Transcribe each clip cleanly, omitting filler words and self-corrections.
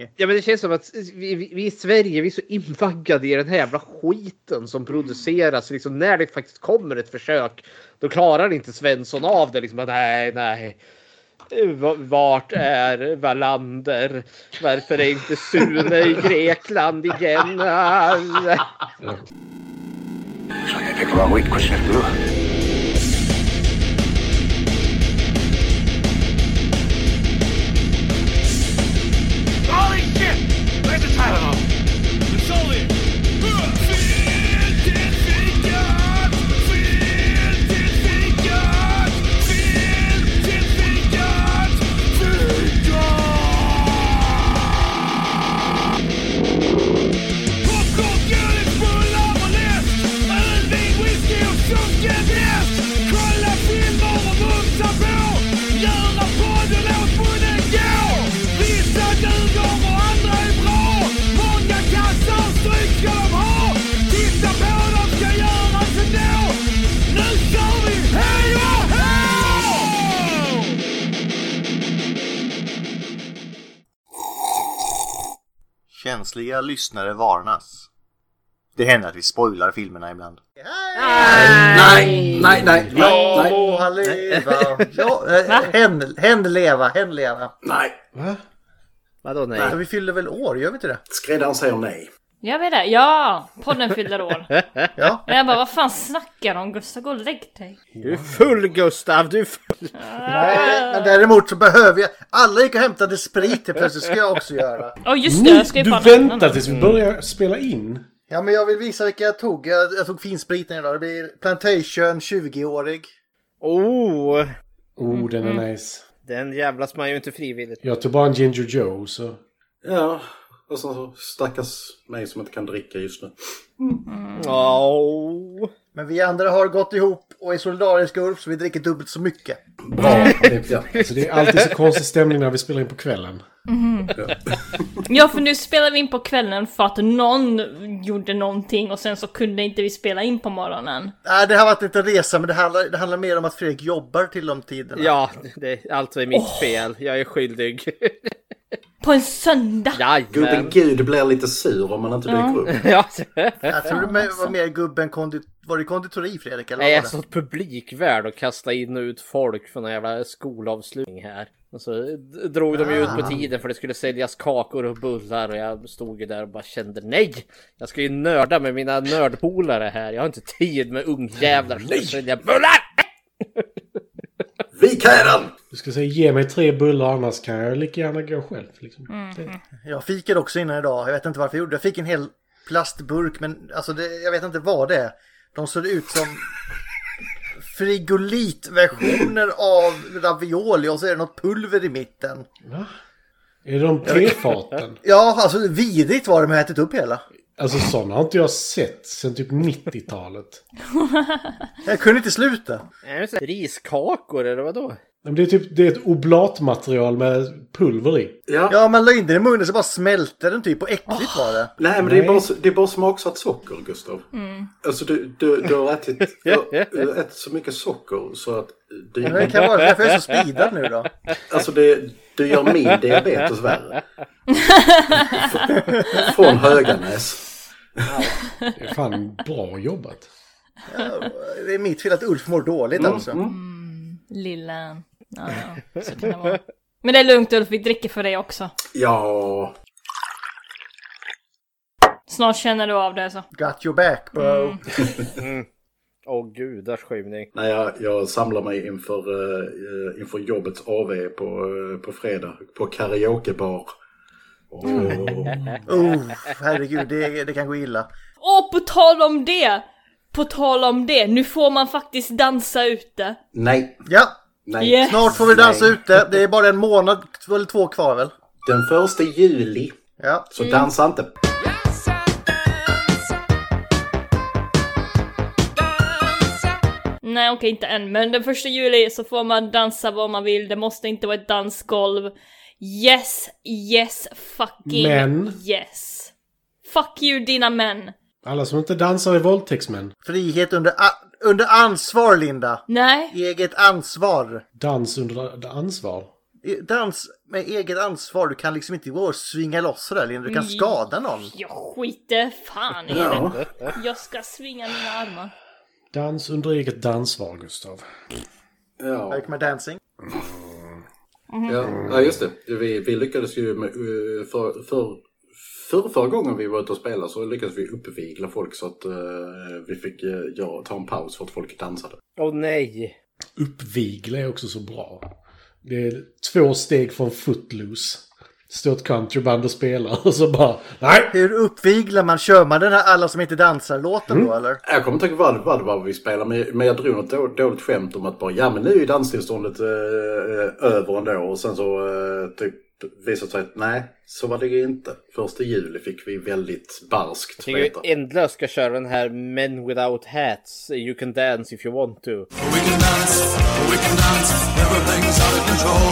Ja, men det känns som att vi i Sverige, vi är så invaggade i den här jävla skiten som produceras. Liksom, när det faktiskt kommer ett försök, då klarar inte Svensson av det. Liksom, att, nej. Vart är Wallander? Varför är inte Sune i Grekland igen? I pick the wrong week, question it, blue. Holy shit! Where's the Tylenol? It's all in. Känsliga lyssnare varnas. Det händer att vi spoilar filmerna ibland. Nej. Ja, må han leva. Hen leva. Nej. Va? Vadå nej? Ja, vi fyller väl år, gör vi inte det? Skräddaren säger nej. Jag vet det, ja! Podden fyller år. Ja. Men jag bara, vad fan snackar de? Gustav, gå och lägg dig. Du är full, Gustav, du är full. Nej, men däremot så behöver jag... Alla gick och hämtade sprit, plötsligt ska jag också göra. Just det, jag ska ju Du fan väntar tills vi börjar spela in. Ja, men jag vill visa vilka jag tog. Jag tog finspriten idag. Det blir Plantation, 20-årig. Den är nice. Den jävlas man ju inte frivilligt. Jag tog bara en Ginger Joe, så... Ja, och så stackars mig som inte kan dricka just nu. Men vi andra har gått ihop och är solidariska, Ulf, så vi dricker dubbelt så mycket. Bra. Så det är alltid så konstig stämning när vi spelar in på kvällen. Ja, för nu spelar vi in på kvällen för att någon gjorde någonting och sen så kunde inte vi spela in på morgonen. Nej, det har varit lite resa, men det handlar mer om att Fredrik jobbar till de tiderna. Ja, det alltså är mitt fel. Jag är skyldig. På en söndag? Jajamän. Gubben Gud blir lite sur om man inte dyker upp. Ja. Jag tror det var mer gubben var det konditori, Fredrik? Eller Nej, jag var det? stod publikvärd och kastade in och ut folk från en jävla skolavslutning här. Och så drog de ut på tiden för det skulle säljas kakor och bullar och jag stod ju där och bara kände nej! Jag ska ju nörda med mina nördpolare här. Jag har inte tid med ungjävlar som ska sälja bullar! Vik hädan! Du ska säga, ge mig 3 bullar, annars kan jag lika gärna gå själv. Liksom. Jag fikade också innan idag. Jag vet inte varför jag gjorde. Jag fick en hel plastburk, men alltså jag vet inte vad det är. De såg ut som frigolitversioner av ravioli och så är det något pulver i mitten. Va? Är det de tefaten? Ja, alltså vidrigt var det med att ätit upp hela. Alltså sådana har inte jag sett sedan typ 90-talet. Jag kunde inte sluta. Riskakor eller vadå? Men det är ett oblatmaterial med pulver i. Ja, man la in den i munnen så bara smälte den typ och äckligt var det. Nej, men det är bara smaksatt socker, Gustav. Alltså du har ätit så mycket socker så att... Det kan vara därför jag är så speedad nu då. Alltså du gör min diabetes värre. Från Höganäs. Det är fan bra jobbat. Ja, det är mitt fel att Ulf mår dåligt alltså. Lilla. Ja, så kan det vara. Men det är lugnt, Ulf, vi dricker för dig också. Ja. Snart känner du av det så. Got your back, bro. Åh gudars skymning. Nej, jag samlar mig inför jobbets AV på fredag. På karaokebar. Herregud, det kan gå illa. På tal om det. Nu får man faktiskt dansa ute. Nej. Ja. Nej. Yes. Snart får vi dansa ute. Det är bara en månad eller 2 kvar väl? Den 1 juli. Ja. Så dansa inte. Nej, okej, inte än. Men den 1 juli så får man dansa vad man vill. Det måste inte vara ett dansgolv. Yes, fucking Men. yes. Fuck you, dina män. Alla som inte dansar är våldtäktsmän. Frihet under ansvar, Linda. Nej. Eget ansvar. Dans under ansvar. Dans med eget ansvar. Du kan liksom inte gå och svinga loss sådär, Linda. Du kan skada någon. Jag skiter fan i det. Jag ska svinga mina armar. Dans under eget dansvar, Gustav. Ja. Like my dancing. Ja, just det. Vi lyckades ju med, förra gången vi var ute och spelade så lyckades vi uppvigla folk så att vi fick ta en paus för att folk dansade. Åh nej! Uppvigla är också så bra. Det är 2 steg från Footloose. Står ett countryband och spelar och så bara, nej! Hur uppviglar man? Kör man den här alla som inte dansar-låten då, eller? Jag kommer inte ihåg vad det var vi spelade, men jag drog något dåligt skämt om att bara, ja men nu är ju danstillståndet över ändå. Och sen så typ visade sig att nej, så var det ju inte. 1 juli fick vi väldigt barskt Jag tycker vi ändlöst ska köra den här Men Without Hats. You can dance if you want to. We can dance, everything's out of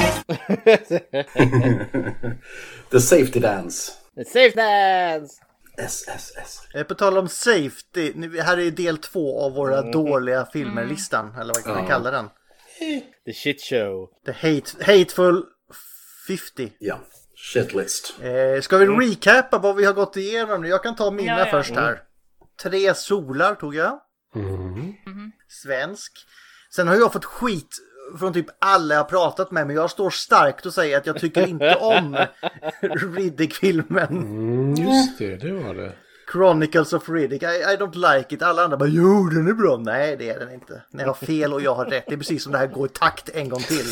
control. The Safety Dance. The Safe Dance! SSS. På tal om safety, här är del 2 av våra dåliga filmer-listan, eller vad kan man kalla den? The Shit Show. The Hateful 50. Ja, shitlist. Ska vi recapa vad vi har gått igenom nu? Jag kan ta mina först här. 3 solar tog jag. Svensk. Sen har jag fått skit från typ alla jag pratat med, men jag står starkt och säger att jag tycker inte om Riddick-filmen. Just det var det. Chronicles of Riddick. I don't like it. Alla andra bara, jo den är bra. Nej, det är den inte. Ni har fel och jag har rätt. Det är precis som det här går i takt en gång till.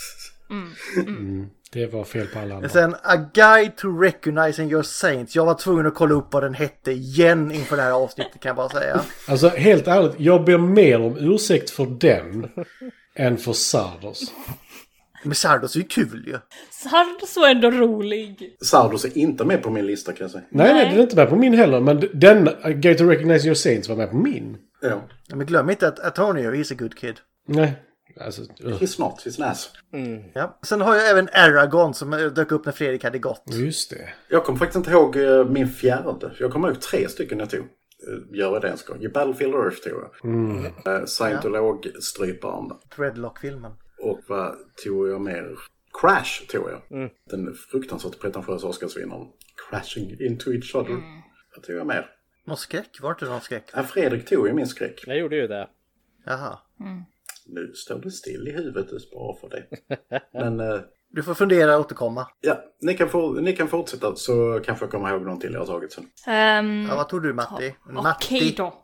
Det var fel på alla andra. Sen A Guide to Recognizing Your Saints. Jag var tvungen att kolla upp vad den hette igen inför det här avsnittet, kan jag bara säga. Alltså helt ärligt, jag ber mer om ursäkt för den än för Sardos. Men Sardos är ju kul ju. Sardos var ändå rolig. Sardos är inte med på min lista, kan jag säga. Nej, den är inte med på min heller. Men den A Guide to Recognize Your Saints var med på min. Ja. Men glöm inte att Antonio is a good kid. Nej. Alltså, He's not, he's nice. Ja. Sen har jag även Aragorn som dök upp när Fredrik hade gått. Just det. Jag kommer faktiskt inte ihåg min fjärde. Jag kommer ihåg 3 stycken jag tog. Gör det en gång. I Battlefield Earth tror jag. Scientolog-stryparen. Dreadlock-filmen. Och vad tog jag mer? Crash tog jag. Den fruktansvärt pretentiösa Oscarsvinnaren. Crashing into each other. Vad tog jag mer? Någon skräck? Var det inte någon skräck? Ja, Fredrik tog ju min skräck. Jag gjorde ju det. Jaha. Nu står det still i huvudet, det är bra för det. Men Du får fundera och återkomma. ja, ni kan fortsätta så kanske jag kommer ihåg någon till jag har tagit sen. Ja, vad tog du, Matti? Okej då.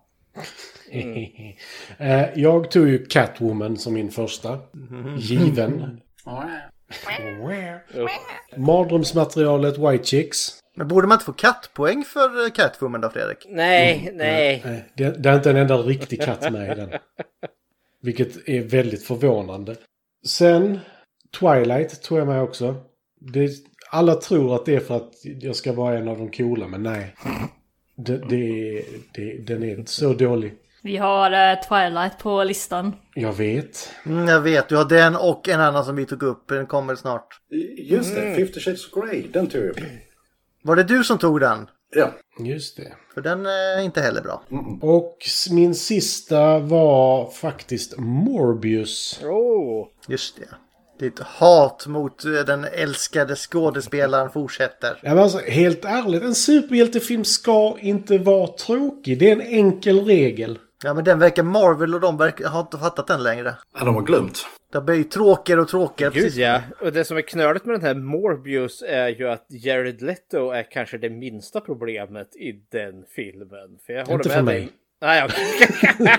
Jag tog ju Catwoman som min första. Given. Mardrömsmaterialet White Chicks. Men borde man inte få kattpoäng för Catwoman då, Fredrik? Nej. Det är inte en enda riktig katt med i den. Vilket är väldigt förvånande. Sen Twilight tror jag med också. Alla tror att det är för att jag ska vara en av de coola, men nej. Den är inte så dålig. Vi har Twilight på listan. Jag vet. Jag vet, du har den och en annan som vi tog upp. Den kommer snart. Just det, 50 Shades of Grey, den tog jag. Var det du som tog den? Ja. Just det. För den är inte heller bra. Och min sista var faktiskt Morbius. Just det. Ditt hat mot den älskade skådespelaren fortsätter. Ja, men alltså, helt ärligt, en superhjältefilm ska inte vara tråkig. Det är en enkel regel. Ja, men den verkar Marvel och de har inte fattat den längre. Ja, de har glömt. Det blir ju tråkigare och tråkigare. Gud ja, och det som är knöligt med den här Morbius är ju att Jared Leto är kanske det minsta problemet i den filmen. För jag håller inte med för dig. mig. Nej, okej.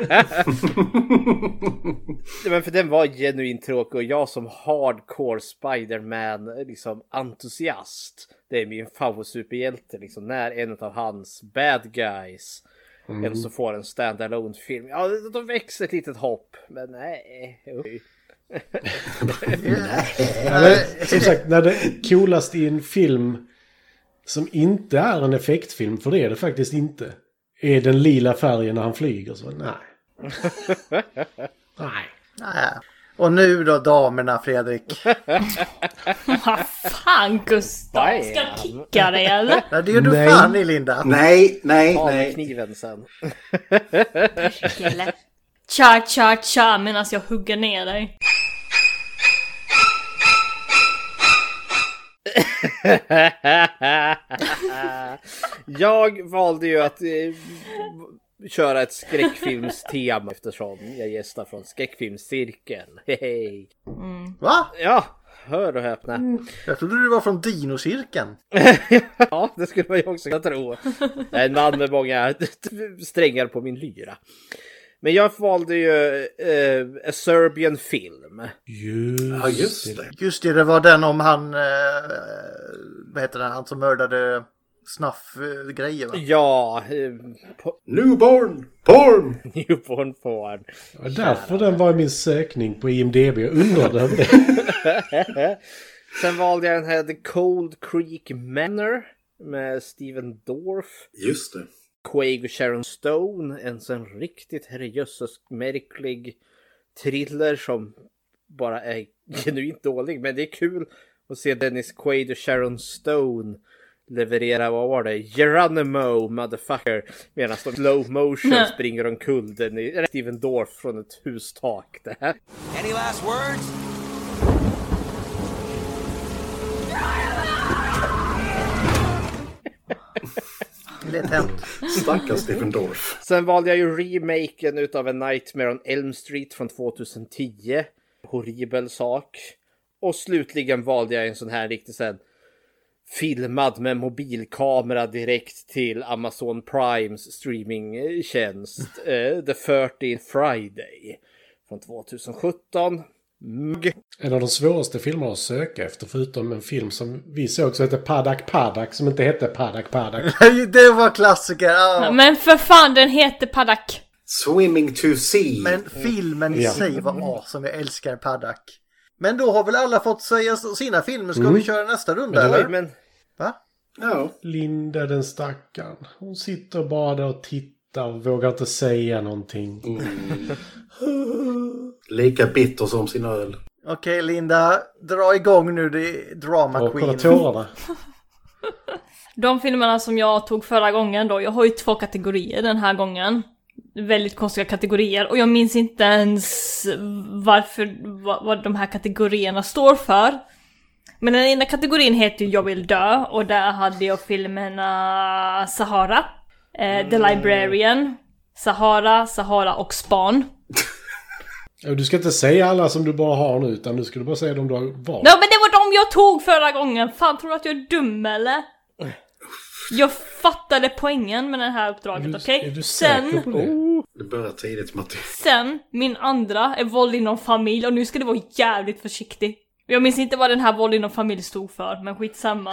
Men för den var genuint tråkig och jag som hardcore Spider-Man liksom entusiast. Det är min favoritsuperhjälte liksom. När en av hans bad guys eller så får en standalone film. Ja, då växer ett litet hopp. Men nej. Eller, som sagt, när det är coolast i en film som inte är en effektfilm, för det är det faktiskt inte, är den lila färgen när han flyger. Så nej. Nej. Och nu då damerna, Fredrik. Vad fan, Gustav? Ska jag kicka dig eller? Nej, det gör du fan i, Linda. Nej. Ta kniven sen. Cha medan jag hugger ner dig. Jag valde ju att köra ett skräckfilmstema eftersom jag gästar från skräckfilmscirkeln. Hej. Va? Ja, hör och häpna. Jag trodde du var från Dinocirkeln. Ja, det skulle man ju också kunna tro. Jag är en man med många strängar på min lyra. Men jag valde ju A Serbian Film. Just det. Just det var den om han, vad heter den, han som mördade snuff-grejer va? Ja, Newborn porn! Newborn porn. Och därför den var i min sökning på IMDb. Jag undrade över det. Sen valde jag den här The Cold Creek Manor med Steven Dorff. Just det. Quaig och Sharon Stone. En sån riktigt herrejösses märklig thriller som bara är genuint dålig. Men det är kul att se Dennis Quaid och Sharon Stone leverera, vad var det? Geronimo, motherfucker. Medan de slow motion springer omkull Steven Dorff från ett hustak. Det här. Any last words? Lätt hänt. Stackars Stephen Dorff. Sen valde jag ju remaken utav A Nightmare on Elm Street från 2010. Horribel sak. Och slutligen valde jag en sån här riktigt sen filmad med mobilkamera direkt till Amazon Primes streamingtjänst. The 13th Friday från 2017. En av de svåraste filmerna att söka efter, förutom en film som vi såg som heter Paddak Paddak, som inte hette Paddak Paddak. Det var klassiker. Ja. Men för fan, den heter Paddak. Swimming to sea. Men filmen i sig var som jag älskar Paddak. Men då har väl alla fått säga sina filmer. Ska vi köra nästa runda eller? Men... Va? Ja. Linda den stackaren. Hon sitter bara där och tittar och vågar inte säga någonting. Lika bitter som sin öl. Okej, Linda, dra igång nu, det är drama Och kolla queen. tårarna. De filmerna som jag tog förra gången då, jag har ju 2 kategorier den här gången. Väldigt konstiga kategorier och jag minns inte ens vad de här kategorierna står för. Men den ena kategorin heter ju Jag vill dö och där hade jag filmerna Sahara, The Librarian, Sahara och Span. Du ska inte säga alla som du bara har nu, utan du skulle bara säga dem du har valt. Ja, men det var de jag tog förra gången. Fan, tror du att jag är dum eller? Jag fattade poängen med det här uppdraget, okej? Är du säker på det? Det börjar tidigt, Matti. Sen, min andra är våld inom familj och nu ska det vara jävligt försiktig. Jag minns inte vad den här våld inom familj stod för, men skitsamma.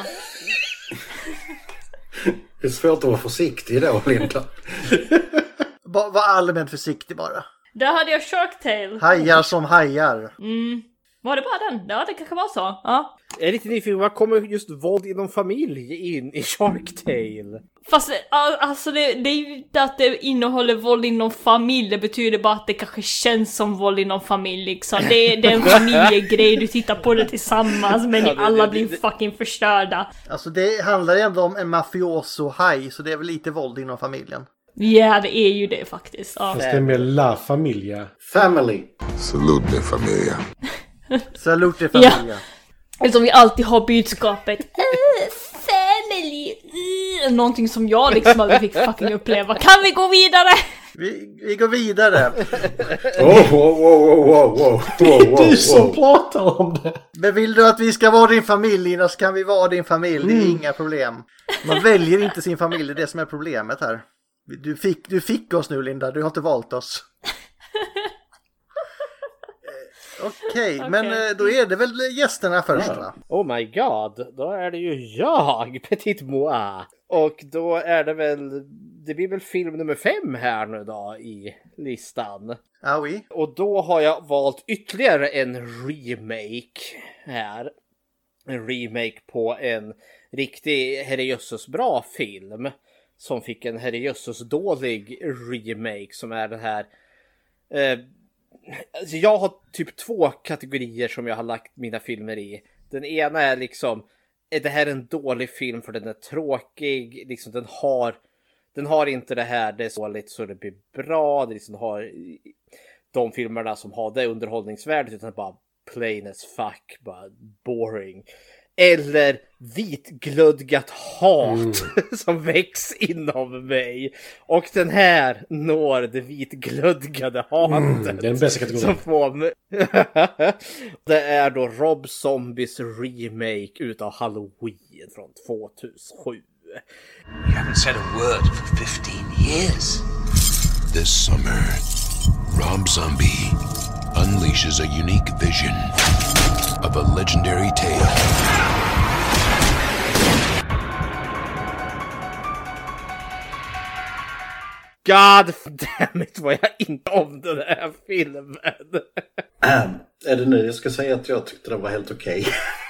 Det är svårt att vara försiktig då, Linda. Var allmänt försiktig bara. Där hade jag Shark Tale. Hajar som hajar. Var det bara den? Ja, det kanske var så. Ja. Jag är lite nyfiken, vad kommer just våld inom familj in i Shark Tale? Fast alltså det är ju inte att det innehåller våld inom familj. Det betyder bara att det kanske känns som våld inom familj liksom. Det är en familjegrej, du tittar på det tillsammans men alla blir fucking förstörda. Alltså det handlar ändå om en mafioso-haj, så det är väl lite våld inom familjen. Ja, det är ju det faktiskt. Ja. Fast det är med La Familia. Family. Salute familia. Salute familja. Eller som vi alltid har budskapet family. Någonting som jag liksom aldrig fick fucking uppleva. Kan vi gå vidare? Vi går vidare. Wow. Du som pratar om det. Men vill du att vi ska vara din familj, Ina, så kan vi vara din familj. Det är inga problem. Man väljer inte sin familj, det är det som är problemet här. Du fick oss nu, Linda. Du har inte valt oss. Okej, men då är det väl gästerna först, va? Oh my god, då är det ju jag, Petit Moi. Och då är det väl, det blir väl film nummer 5 här nu då i listan. Ah, oui. Och då har jag valt ytterligare en remake här. En remake på en riktig herrejösses bra film. Som fick en herrejösses dålig remake som är den här... Alltså jag har typ 2 kategorier som jag har lagt mina filmer i. Den ena är liksom, är det här en dålig film för den är tråkig? Liksom den har inte det här, det är så dåligt så det blir bra. Det liksom har de filmerna som har det underhållningsvärdet utan bara plain as fuck, bara boring. eller vitglödgat hat som väcks inom mig. Och den här når det vitglödgade hatet. Det är den bästa kategorin. Som får mig... Det är då Rob Zombies remake utav Halloween från 2007. You haven't said a word for 15 years. This summer, Rob Zombie unleashes a unique vision of a legendary tale. God damn it, vad jag inte om den här filmen. Är det nu jag ska säga att jag tyckte det var helt okej?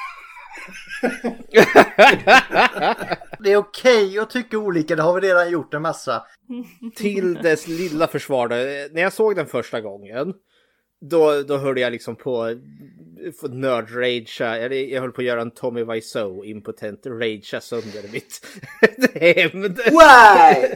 Det är okej att tycka olika, det har vi redan gjort en massa. Till dess lilla försvar. När jag såg den första gången, då hörde jag liksom på nörd-ragea. Jag höll på att göra en Tommy Wiseau impotent ragea sönder mitt hem. Why?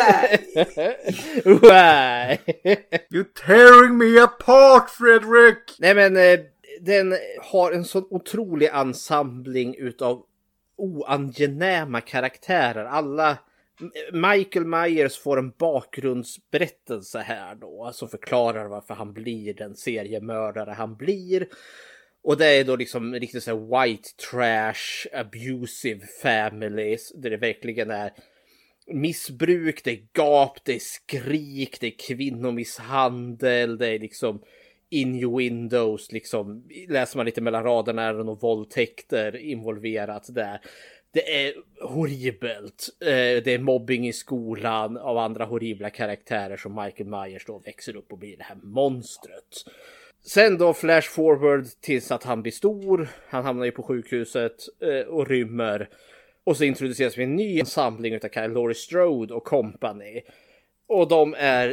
Why? You're tearing me apart, Fredrik! Nej, men den har en sån otrolig ensembling utav oangenäma karaktärer. Alla... Michael Myers får en bakgrundsberättelse här då som förklarar varför han blir den seriemördare han blir. Och det är då liksom riktigt så här white trash, abusive families där det verkligen är missbruk, det är gap, det är skrik, det är kvinnomisshandel, det är liksom innuendos, liksom läser man lite mellan raderna är det några våldtäkter involverat där. Det är horribelt. Det är mobbing i skolan av andra horribla karaktärer som Michael Myers då växer upp och blir det här monstret. Sen då flash forward tills att han blir stor. Han hamnar ju på sjukhuset och rymmer. Och så introduceras vi en ny samling utav Laurie Strode och company. Och de är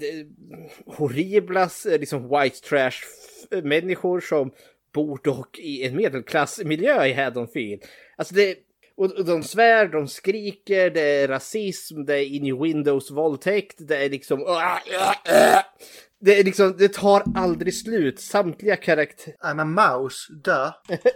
horribla, liksom white trash människor som bor dock i en medelklassmiljö i Haddonfield. Alltså och de svär, de skriker, det är rasism, det är innuendos våldtäkt, det är liksom... Det är liksom, det tar aldrig slut. Samtliga karaktärer... I'm a mouse, dö.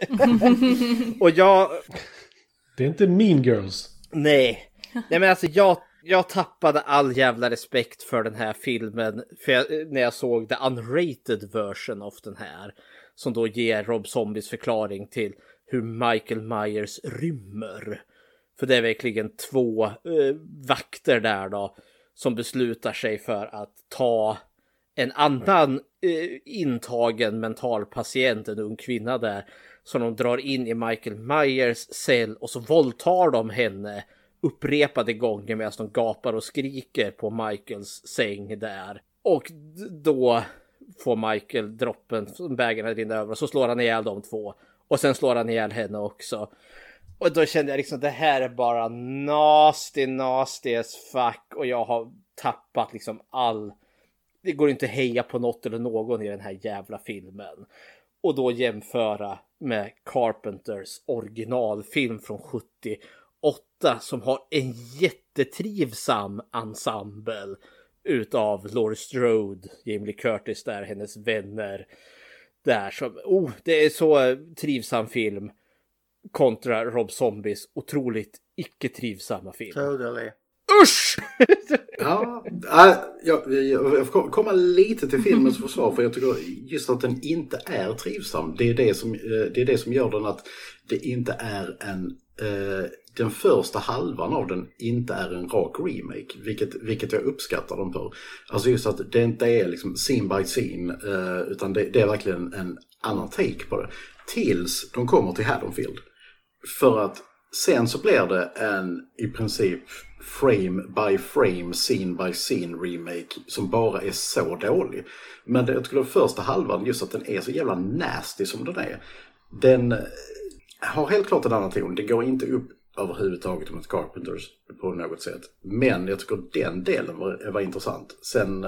Och jag... Det är inte Mean Girls. Nej men alltså jag tappade all jävla respekt för den här filmen när jag såg the unrated version av den här. Som då ger Rob Zombies förklaring till hur Michael Myers rymmer. För det är verkligen två vakter där då som beslutar sig för att ta en annan intagen mental patient, en ung kvinna där, som de drar in i Michael Myers cell och så våldtar de henne upprepade gånger medan de gapar och skriker på Michaels säng där. Och då får Michael droppen, bägarna rinner över och så slår han ihjäl de två. Och sen slår han ihjäl henne också. Och då kände jag liksom, det här är bara nasty as fuck. Och jag har tappat liksom det går inte heja på något eller någon i den här jävla filmen. Och då jämföra med Carpenters originalfilm från 78 som har en jättetrivsam ensemble utav Laurie Strode, Jamie Lee Curtis där, hennes vänner där som, det är så trivsam film kontra Rob Zombies otroligt icke-trivsamma film. Totally. Usch! Jag får komma lite till filmens försvar, för jag tycker just att den inte är trivsam. Det är det som gör den att det inte är den första halvan av den inte är en rak remake, vilket jag uppskattar den för. Alltså just att det inte är liksom scene by scene, utan det är verkligen en annan take på det. Tills de kommer till Haddonfield. För att sen så blir det en i princip frame by frame, scene by scene remake som bara är så dålig. Men jag tycker den första halvan, just att den är så jävla nasty som den är. Den har helt klart en annan ton. Det går inte upp överhuvudtaget mot Carpenters på något sätt. Men jag tycker den delen var intressant. Sen,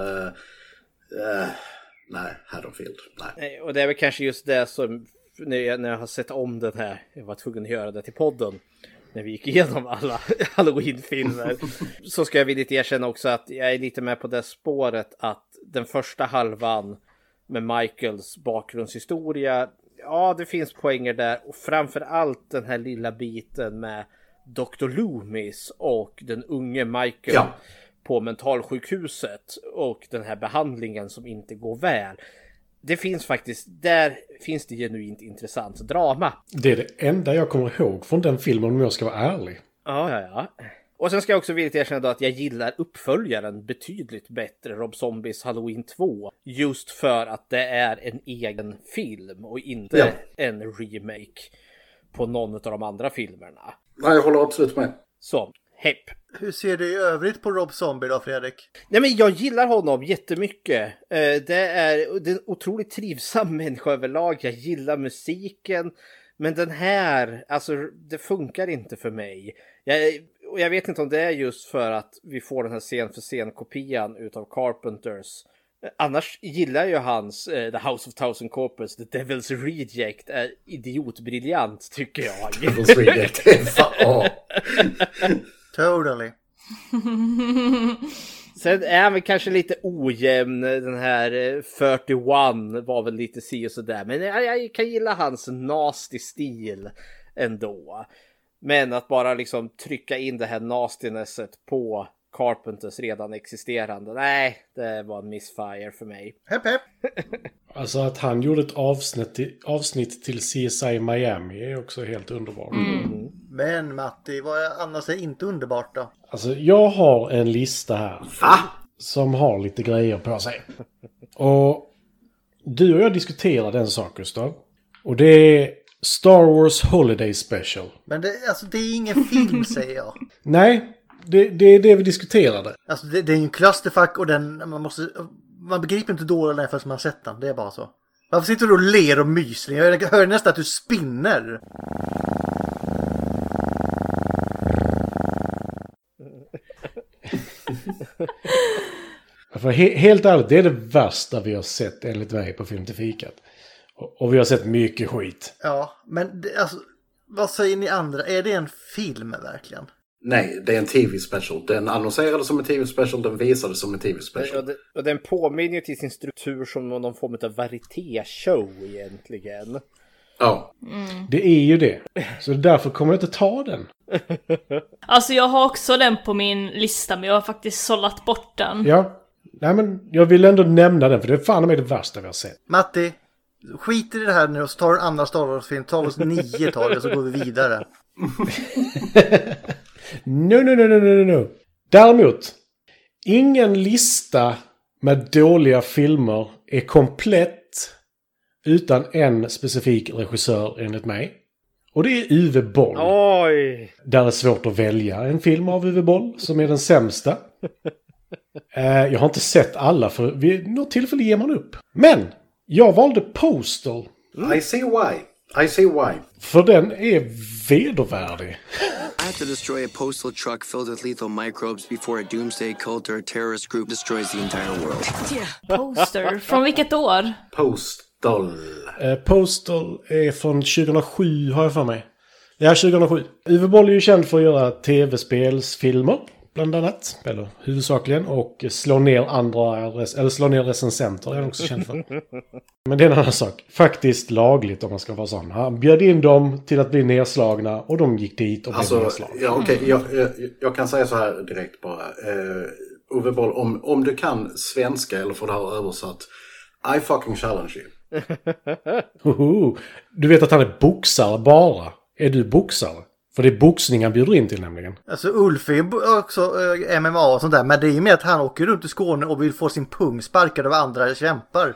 nej, Haddonfield, nej. Och det är väl kanske just det som, när jag har sett om den här, jag var tvungen att göra det till podden, när vi gick igenom alla Halloween-filmer, så ska jag villigt erkänna också att jag är lite med på det spåret att den första halvan med Michaels bakgrundshistoria Ja, det finns poänger där. Och framförallt den här lilla biten med Dr. Loomis och den unge Michael på mentalsjukhuset. Och den här behandlingen som inte går väl. Det finns faktiskt, där finns det genuint intressant drama. Det är det enda jag kommer ihåg från den filmen om jag ska vara ärlig. Ja. Och sen ska jag också vilja erkänna då att jag gillar uppföljaren betydligt bättre, Rob Zombies Halloween 2. Just för att det är en egen film och inte en remake på någon av de andra filmerna. Nej, jag håller absolut med. Så, hepp. Hur ser du i övrigt på Rob Zombie då, Fredrik? Nej, men jag gillar honom jättemycket. Det är en otroligt trivsam människa överlag. Jag gillar musiken. Men den här, alltså det funkar inte för mig. Jag vet inte om det är just för att vi får den här scen för scen-kopian utav Carpenters. Annars gillar ju hans The House of Thousand Corpus, The Devil's Reject är idiotbriljant tycker jag. Devil's Reject är fan. Totally. Sen är han väl kanske lite ojämn, den här 41 var väl lite si och sådär. Men jag kan gilla hans nasty stil ändå. Men att bara liksom trycka in det här nastinesset på Carpenters redan existerande. Nej, det var en missfire för mig. Hepp hepp. Alltså att han gjorde ett avsnitt till CSI Miami är också helt underbart. Men Matti, vad annars är inte underbart då? Alltså jag har en lista här. Va? Som har lite grejer på sig. Och du och jag diskuterade en sak, Gustav. Och det är Star Wars Holiday Special. Men det är ingen film, säger jag. Nej, det är det vi diskuterade. Alltså det är ju en clusterfuck och man begriper inte då eller förrän man har sett den. Det är bara så. Varför sitter du och ler och myser? Jag hör nästan att du spinner. För helt ärligt, det är det värsta vi har sett enligt mig på Film till fikat. Och vi har sett mycket skit. Ja, men vad säger ni andra? Är det en film verkligen? Nej, det är en tv-special. Den annonserades som en tv-special, den visades som en tv-special. Och den påminner ju till sin struktur som någon form av varieté-show egentligen. Ja. Det är ju det. Så därför kommer jag inte ta den. Alltså jag har också den på min lista, men jag har faktiskt sållat bort den. Ja. Nej, men jag vill ändå nämna den, för det är fan med det värsta vi har sett. Matti, skit i det här nu och så tar du en annan Star Wars-film. Ta oss 9 tag och så går vi vidare. No. Däremot, ingen lista med dåliga filmer är komplett utan en specifik regissör enligt mig. Och det är Uwe Boll. Oj! Där det är svårt att välja en film av Uwe Boll som är den sämsta. Jag har inte sett alla, för vid något tillfälle ger man upp. Men jag valde Postal. I see why. För den är vedervärdig. I have to destroy a postal truck filled with lethal microbes before a doomsday cult or a terrorist group destroys the entire world. Poster. Från vilket år? Postal. Postal är från 2007 har jag för mig. Ja, 2007. Uwe Boll är ju känd för att göra tv-spelsfilmer, bland annat. Eller huvudsakligen. Och slå ner recensenter är han också känd för. Men det är en annan sak. Faktiskt lagligt om man ska vara sån. Han bjöd in dem till att bli nedslagna och de gick dit och blev nedslagna. Ja, okej. Jag kan säga så här direkt bara. Uwe Boll, om du kan svenska eller får det här översatt, I fucking challenge you. Du vet att han är boxare bara. Är du boxare? För det är boxning han bjuder in till nämligen. Alltså Ulf är ju också MMA och sånt där. Men det är ju med att han åker runt i Skåne och vill få sin pung sparkad av andra kämpar.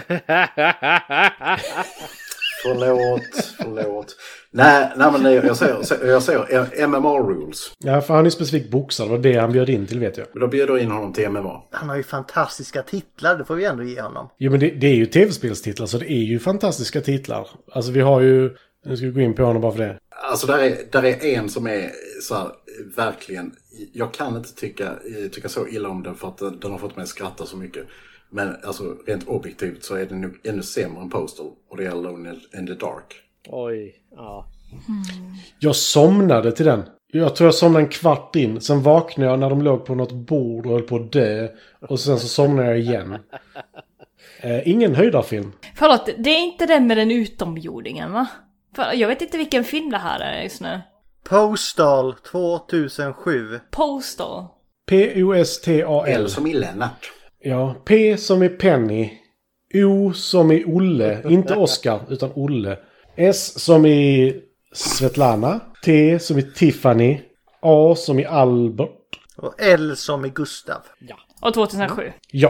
Förlåt. Nej, men jag säger MMA rules. Ja, för han är specifikt boxare. Det var det han bjöd in till, vet jag. Men då bjuder in honom till MMA. Han har ju fantastiska titlar, det får vi ändå ge honom. Jo, men det är ju tv-spelstitlar, så det är ju fantastiska titlar. Alltså vi har ju... Nu ska vi gå in på honom bara för det. Alltså där är en som är så här, verkligen... Jag kan inte tycka så illa om den för att den har fått mig att skratta så mycket. Men alltså rent objektivt så är den nog ännu sämre än Postal. Och det är Alone in the Dark. Oj, ja. Jag somnade till den. Jag tror jag somnade en kvart in. Sen vaknade jag när de låg på något bord och höll på att dö. Och sen så somnade jag igen. Ingen höjdarfilm. Förlåt, det är inte den med den utomjordingen, va? För jag vet inte vilken film det här är just nu. Postal 2007. Postal. P-O-S-T-A-L. L som i Lennart. Ja, P som i Penny. O som i Olle. Inte Oscar, utan Olle. S som i Svetlana. T som i Tiffany. A som i Albert. Och L som i Gustav. Ja. Och 2007. Ja.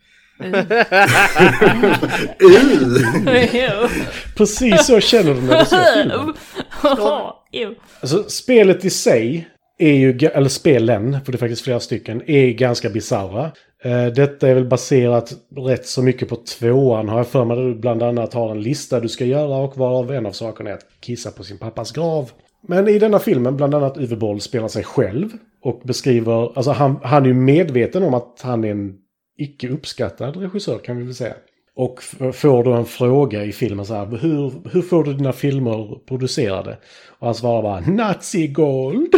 Precis så känner du när du ser filmen. Alltså, spelet i sig är ju, eller spelen, för det är faktiskt flera stycken, är ganska bizarra. Detta är väl baserat rätt så mycket på 2:an, har jag för mig. Du bland annat har en lista du ska göra och varav en av sakerna är att kissa på sin pappas grav. Men i denna filmen, bland annat Uwe Boll spelar sig själv och beskriver, alltså han är ju medveten om att han är en icke uppskattad regissör, kan vi väl säga. Och får då en fråga i filmen så här: hur får du dina filmer producerade? Och han svarar bara Nazi Gold.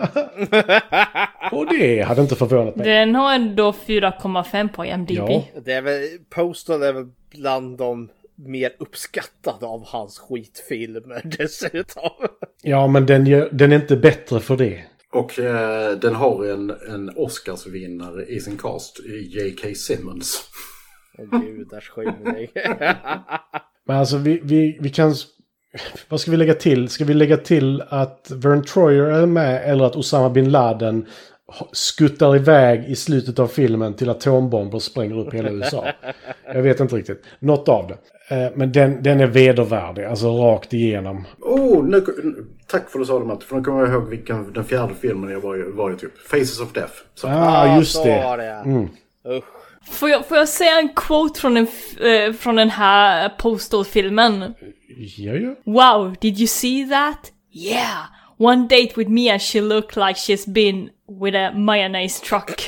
Och det hade inte förvånat mig. Den har ändå 4,5 på IMDb. Ja. Det är väl, Postal är väl bland de mer uppskattade av hans skitfilmer dessutom. Ja, men den är inte bättre för det. Och den har en Oscarsvinnare i sin cast, J.K. Simmons. Gudars skymning. Men alltså vi kan... Vad ska vi lägga till? Ska vi lägga till att Vern Troyer är med, eller att Osama bin Laden skuttar iväg i slutet av filmen till atombomber och spränger upp hela USA? Jag vet inte riktigt. Något av det. Men den är vedervärdig, alltså rakt igenom. Tack för att du sa det, Matt. För nu kommer jag ihåg vilken den fjärde filmen jag var ju typ. Faces of Death. Så. Just det. Mm. Får jag säga en quote från den här Postal-filmen? Ja. Wow, did you see that? Yeah, one date with me and she looked like she's been with a mayonnaise truck.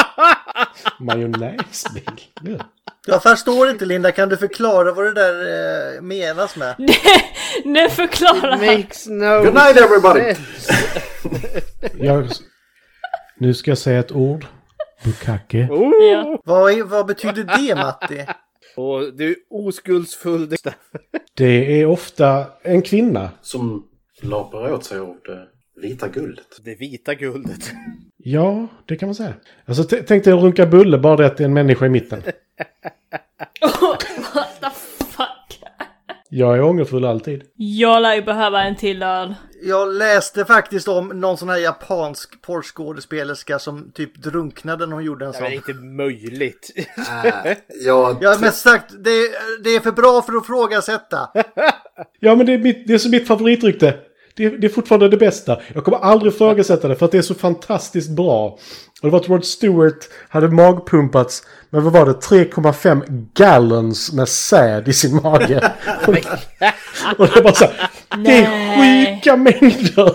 Majonnäsbil. Jag förstår inte, Linda. Kan du förklara vad det där menas med? Det förklarar. It makes no Good night everybody! Nu ska jag säga ett ord. Bukake. Ja. Vad betyder det, Matti? Och du är oskuldsfull. Det är ofta en kvinna. Som lapar åt sig av det vita guldet. Det vita guldet. Ja, det kan man säga. Alltså tänk dig att runka bulle, bara det att det är en människa i mitten. What the fuck? Jag är ångerfull alltid. Jag lär ju behöva en till öl. Jag läste faktiskt om någon sån här japansk porrskådespelerska som typ drunknade när hon gjorde en sån. Det är inte möjligt. Ja, men sagt, det är för bra för att frågasätta. Ja, men det är så mitt favoritrykte. Det är fortfarande det bästa. Jag kommer aldrig ifrågasätta det för att det är så fantastiskt bra. Och det var att Rod Stewart hade magpumpats med, vad var det, 3,5 gallons med säd i sin mage. Och det är bara så här, det är sjuka mängder.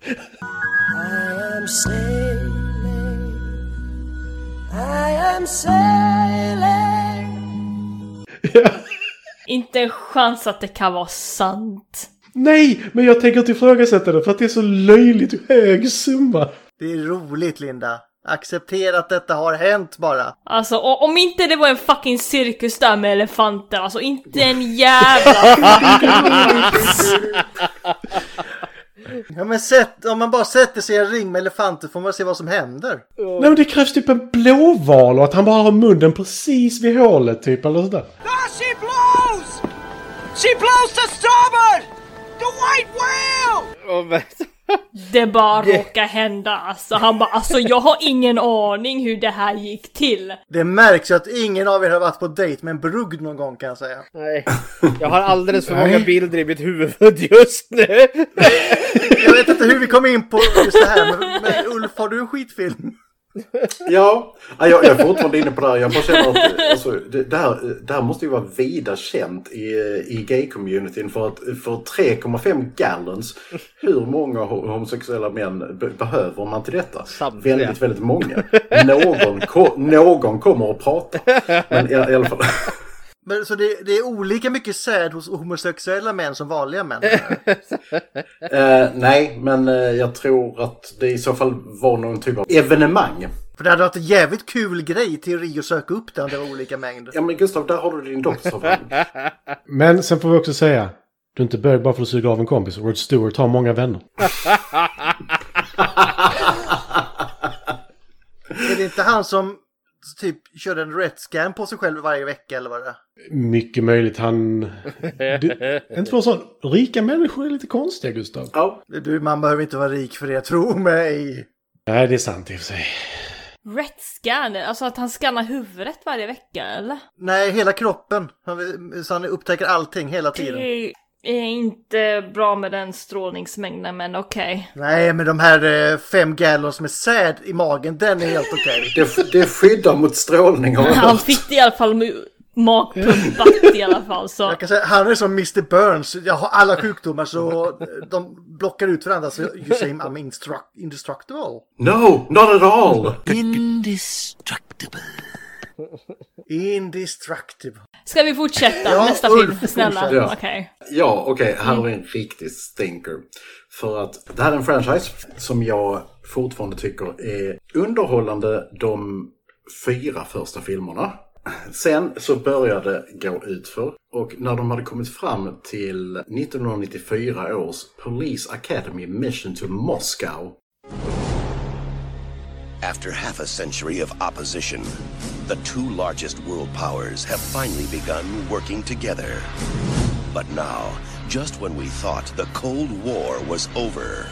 I am sailing. Ja. Inte en chans att det kan vara sant. Nej, men jag tänker inte ifrågasätta det för att det är så löjligt hög summa. Det är roligt, Linda. Acceptera att detta har hänt bara. Alltså, om inte det var en fucking cirkus där med elefanter, alltså inte en jävla... Ja, men om man bara sätter sig i en ring med elefanter får man se vad som händer. Nej, men det krävs typ en blåval och att han bara har munnen precis vid hålet typ, eller sådär. She blows! She blows to starboard! The white whale! Det bara råkar hända. Alltså, han bara, alltså jag har ingen aning hur det här gick till. Det märks ju att ingen av er har varit på dejt med en brugd någon gång, kan jag säga. Nej, jag har alldeles för många bilder i mitt huvud just nu. Jag vet inte hur vi kom in på just det här, men Ulf, har du en skitfilm? Ja, jag är fortfarande inne på det här. Jag bara känner att alltså, det här måste ju vara vida känt i gay-communityn för 3,5 gallons. Hur många homosexuella män behöver man till detta? Samtliga. Väldigt, väldigt många. Någon kommer att prata. Men i alla fall... Men, så det är olika mycket säd hos homosexuella män som vanliga män? Nej, men jag tror att det i så fall var någon typ av evenemang För det hade varit en jävligt kul grej i teori att söka upp den. Det var olika mängder. Ja men Gustav, där har du din doktorsavhandling. Men sen får vi också säga, du är inte bög bara för att suga av en kompis. Rod Stewart har många vänner. Är det inte han som typ körde en ret-scan på sig själv varje vecka eller vad det är? Mycket möjligt. Inte för sån. Rika människor är lite konstiga, Gustav. Ja. Man behöver inte vara rik för det, tro mig. Nej, det är sant i och för sig. Ret-scan? Alltså att han skannar huvudet varje vecka, eller? Nej, hela kroppen. Så han upptäcker allting hela tiden. Det är inte bra med den strålningsmängden, men okej. Nej, men de här 5 gallons med säd i magen, den är helt okej. Det skyddar mot strålning. Han fick det i alla fall magpumpat i alla fall. Så. Jag kan säga, han är som Mr. Burns. Jag har alla sjukdomar så de blockar ut varandra. Så you say I'm indestructible. No, not at all. Indestructible. Ska vi fortsätta? Ja, nästa film, snälla. Ja. Okej. Ja, okej. Här har vi en riktig stinker. För att det här är en franchise som jag fortfarande tycker är underhållande de 4 första filmerna. Sen så började det gå utför. Och när de hade kommit fram till 1994 års Police Academy Mission to Moscow. After half a century of opposition, the 2 largest world powers have finally begun working together. But now, just when we thought the Cold War was over,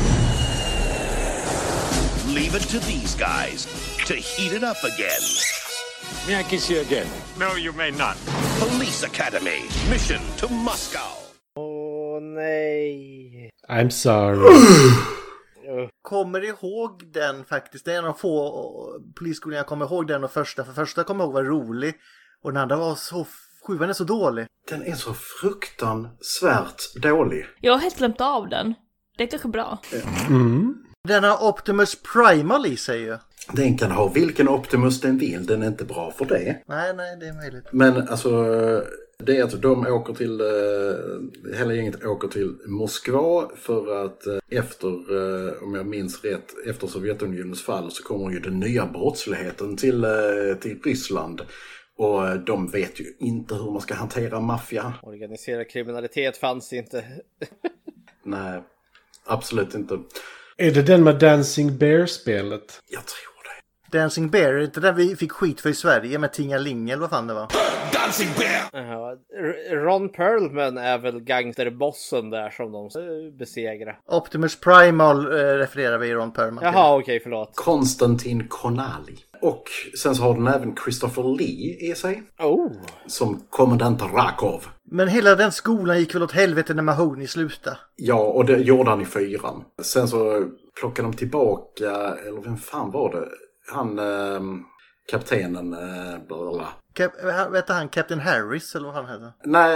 leave it to these guys to heat it up again. May I kiss you again? No, you may not. Police Academy, mission to Moscow. Åh nej. I'm sorry. Kommer ihåg den faktiskt. Det är en av få polisskolor jag kommer ihåg den och första. För första kommer jag ihåg var rolig. Och den andra var så... 7 är så dålig. Den är så fruktansvärt dålig. Jag har helt glömt av den. Det är kanske bra. Den har Optimus Primal i sig ju. Den kan ha vilken Optimus den vill. Den är inte bra för det. Nej, det är möjligt. Men alltså... Det är att de åker till, hela gänget åker till Moskva för att efter, om jag minns rätt, efter Sovjetunionens fall så kommer ju den nya brottsligheten till Ryssland. Och de vet ju inte hur man ska hantera maffia. Organiserad kriminalitet fanns inte. Nej, absolut inte. Är det den med Dancing Bear-spelet? Jag tror det. Dancing Bear, inte den vi fick skit för i Sverige med Tingaling eller vad fan det var. Dancing Bear! Ron Perlman är väl gangsterbossen där som de besegrar. Optimus Primal refererar vi i Ron Perlman. Jaha, okej, förlåt. Konstantin Konali. Och sen så har den även Christopher Lee i sig. Som kommandant Rakov. Men hela den skolan gick väl åt helvete när Mahoney slutade. Ja, och det gjorde han i 4. Sen så plockade de tillbaka, eller vem fan var det? Han, kaptenen, vet han Captain Harris eller vad han heter?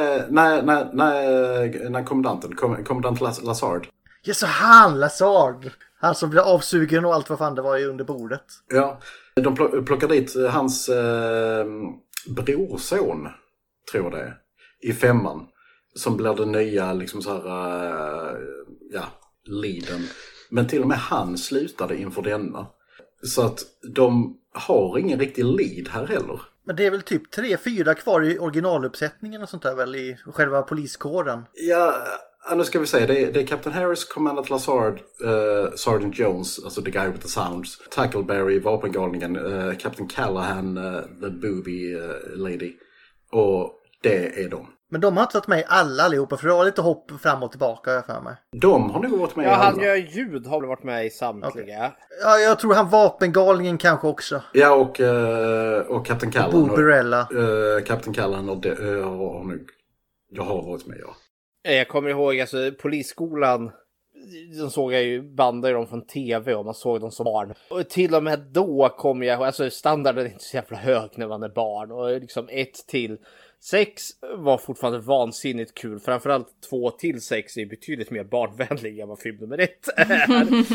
Nej, kommandant Lazard. Ja, så han Lazard. Han som blev avsugen och allt vad fan det var under bordet. Ja, de plockar dit hans brorson, tror det, i 5. Som blir den nya, liksom så här, leaden. Men till och med han slutade inför denna. Så att de har ingen riktig lead här heller. Men det är väl typ 3-4 kvar i originaluppsättningen och sånt där väl i själva poliskåren? Ja, nu ska vi säga. Det är Captain Harris, Commandant Lazard, Sergeant Jones, alltså the guy with the sounds, Tackleberry, vapengalningen, Captain Callahan, the booby lady. Och det är de. Men de har inte varit med allihopa, för det var lite hopp fram och tillbaka för mig. De har nog varit med i alla. Han gör ljud, har väl varit med i samtliga. Okay. Ja, jag tror han vapengalningen kanske också. Ja, och Captain Callahan. Boberella. Captain Callahan och jag har varit med, ja. Jag kommer ihåg, alltså polisskolan, de såg jag ju bandade dem från tv och man såg dem som barn. Och till och med då kom jag, alltså standarden är inte så jävla hög när man är barn. Och liksom 1-6 var fortfarande vansinnigt kul. Framförallt 2-6 är betydligt mer barnvänlig än vad film nummer 1 är.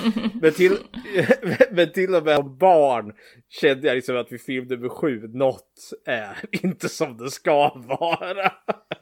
men till och med som barn kände jag liksom att vid film nummer 7 något är inte som det ska vara.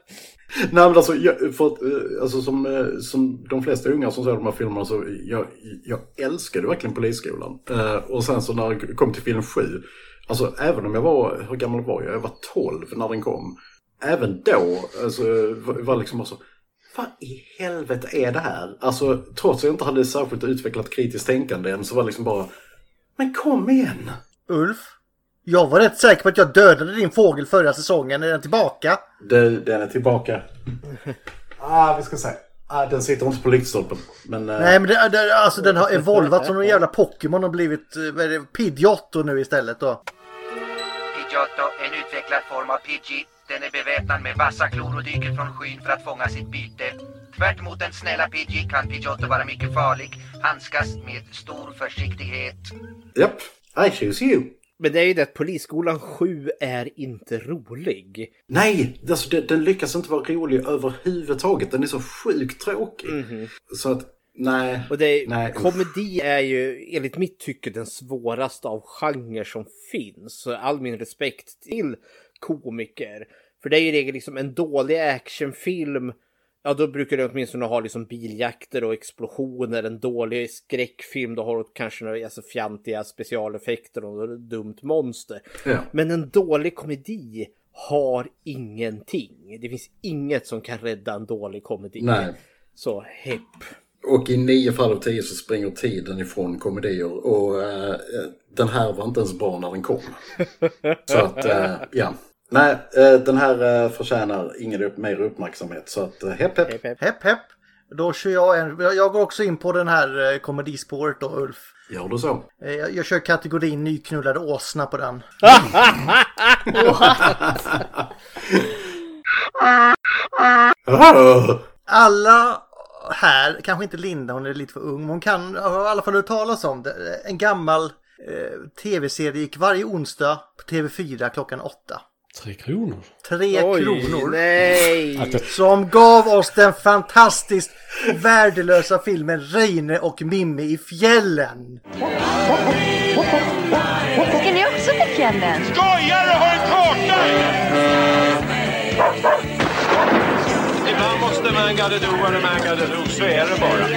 Nej, men alltså, alltså som de flesta unga som ser de här filmerna så jag älskade verkligen Polisskolan. Och sen så när jag kom till film 7, alltså även om jag var, hur gammal var jag? Jag var 12 när den kom. Även då alltså, var liksom också, vad i helvete är det här? Alltså trots att jag inte hade särskilt utvecklat kritiskt tänkande än så var det liksom bara, men kom igen! Ulf, jag var rätt säker på att jag dödade din fågel förra säsongen. Är den tillbaka? Den är tillbaka. Vi ska se. Den sitter inte på lyktstolpen. Men, nej, men alltså, den har evolvat som en jävla Pokémon och blivit Pidgeotto nu istället då. Pidgeotto, en utvecklad form av Pidgey. Den är beväpnad med vassa klor och dyker från skyn för att fånga sitt byte. Tvärt emot den snälla Pidgey kan Pidgeotto vara mycket farlig. Handskas med stor försiktighet. Japp, I choose you. Men det är ju det att Polisskolan 7 är inte rolig. Nej, alltså, den lyckas inte vara rolig överhuvudtaget. Den är så sjukt tråkig. Så att, nej. Och komedi är ju enligt mitt tycke den svåraste av genrer som finns. Så all min respekt till komiker. För det är ju regel liksom en dålig actionfilm. Ja, då brukar det åtminstone ha liksom biljakter och explosioner. En dålig skräckfilm, då har du kanske några fjantiga specialeffekter och ett dumt monster. Ja. Men en dålig komedi har ingenting. Det finns inget som kan rädda en dålig komedi. Nej. Så hepp. Och i 9 fall av 10 så springer tiden ifrån komedier. Och den här var inte ens bra när den kom. Så att, ja. Nej, den här förtjänar ingen mer uppmärksamhet. Så att hepp. Hepp. Då kör jag går också in på den här komedispåret då, Ulf. Gör du så? Jag kör kategorin nyknullade åsna på den. Alla här, kanske inte Linda, hon är lite för ung, men hon kan i alla fall talas om det. En gammal tv-serie gick varje onsdag på TV4 klockan 8. 3 kronor. 3 kronor. Nej. Som gav oss den fantastiskt värdelösa filmen Reine och Mimmi i fjällen. Ska ni också till fjällen? Skojar du, har en karta! Ibland måste man gotta do what a man gotta do, så är det bara.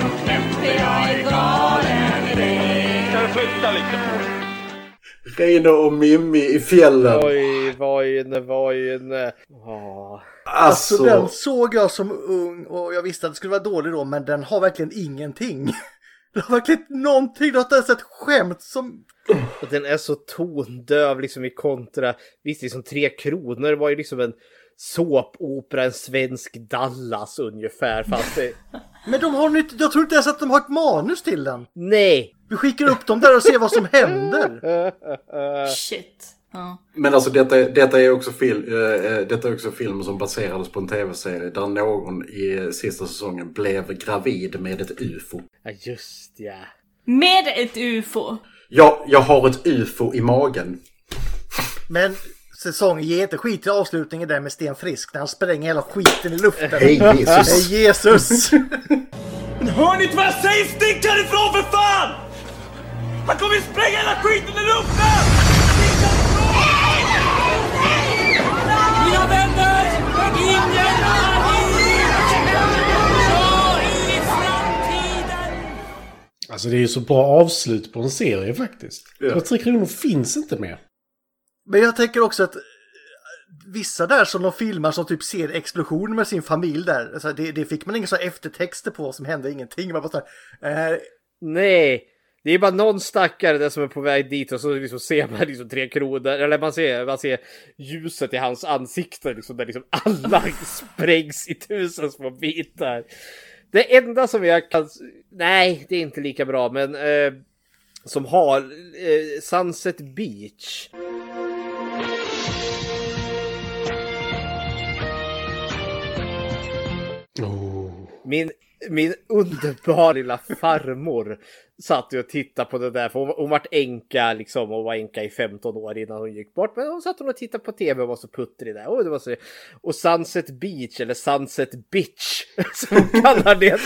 Kan du flytta lite på? Reine och Mimmi i fjällen. Oj, vad inne. Alltså den såg jag som ung och jag visste att det skulle vara dålig då, men den har verkligen ingenting. Den har verkligen någonting, det har inte ens ett skämt som... Och den är så tondöv liksom i kontra. Visst, liksom 3 kronor var ju liksom en såpopera, en svensk Dallas ungefär, fast det... Men de har inte, jag tror inte ens att de har ett manus till den. Nej. Vi skickar upp dem där och ser vad som händer. Shit. Ja. Men alltså detta är också film som baserades på en tv-serie där någon i sista säsongen blev gravid med ett UFO. Ja, just ja. Med ett UFO? Ja, jag har ett UFO i magen. Men säsongen ger inte skit till avslutningen där med Sten Frisk när han spränger hela skiten i luften. Hej Jesus! Hej Jesus! Hör ni vad jag säger? Stick härifrån för fan! Han kommer spränga hela skiten i luften! Mina vänner! Ingen i framtiden! Alltså det är ju så bra avslut på en serie faktiskt. Ja. 3 kronor finns inte mer. Men jag tänker också att vissa där som de filmar som typ ser explosion med sin familj där. Alltså det fick man inga så eftertexter på som hände ingenting. Man bara så här, Nej, det är bara någon stackare där som är på väg dit och så liksom ser man liksom 3 kronor. Eller man ser ljuset i hans ansikte liksom, där liksom alla sprängs i 1000 små bitar. Det enda som jag kan... Nej, det är inte lika bra, men som har Sunset Beach. Min underbara lilla farmor satt och tittade på det där, för hon var änka liksom, och var änka i 15 år innan hon gick bort, men hon satt och tittade på tv och var så puttrig där. Det var så... Och Sunset Beach eller Sunset Bitch som hon kallar det.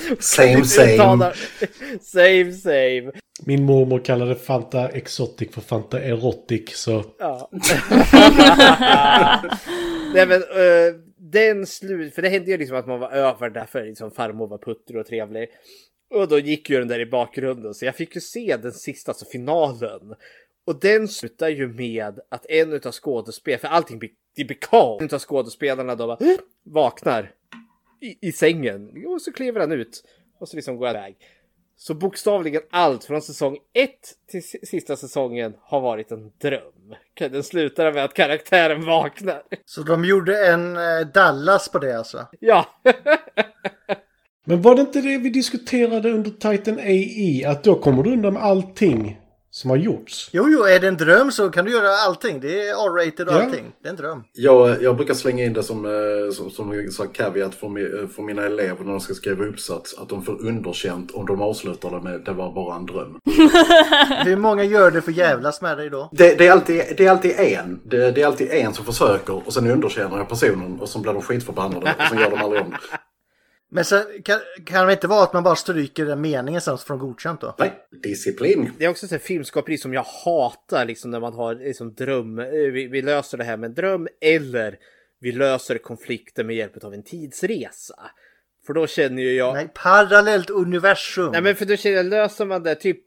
Same. Min mormor kallade Fanta Exotic för Fanta Erotic, så... Ja. Nej, men för det hände ju liksom att man var över därför liksom farmor var putter och trevlig. Och då gick ju den där i bakgrunden. Så jag fick ju se den sista, alltså finalen. Och den slutar ju med att en utav skådespelarna, för allting blir kaos. En utav skådespelarna då bara vaknar i sängen. Och så kliver han ut. Och så liksom går han iväg. Så bokstavligen allt från säsong 1 till sista säsongen har varit en dröm. Den slutar med att karaktären vaknar. Så de gjorde en Dallas på det alltså? Ja. Men var det inte det vi diskuterade under Titan AI? Att då kommer du undan med allting som har gjorts? Jo, är det en dröm så kan du göra allting. Det är R-rated och allting. Det är en dröm. Jag brukar slänga in det som en caveat för mina elever när de ska skriva uppsats. Att de får underkänt om de avslutar det med det var bara en dröm. Hur många gör det för jävlas med dig då? Det är alltid en. Det är alltid en som försöker och sen underkänner jag personen och så blir de skitförbannade och sen gör de aldrig om det. Men sen kan det inte vara att man bara stryker den meningen sen från godkänt då? Nej, disciplin. Det är också ett filmskaperi som jag hatar liksom när man har liksom dröm. Vi löser det här med en dröm eller vi löser konflikten med hjälp av en tidsresa. För då känner ju jag... Nej, parallellt universum. Nej, men för då känner jag, löser man det typ...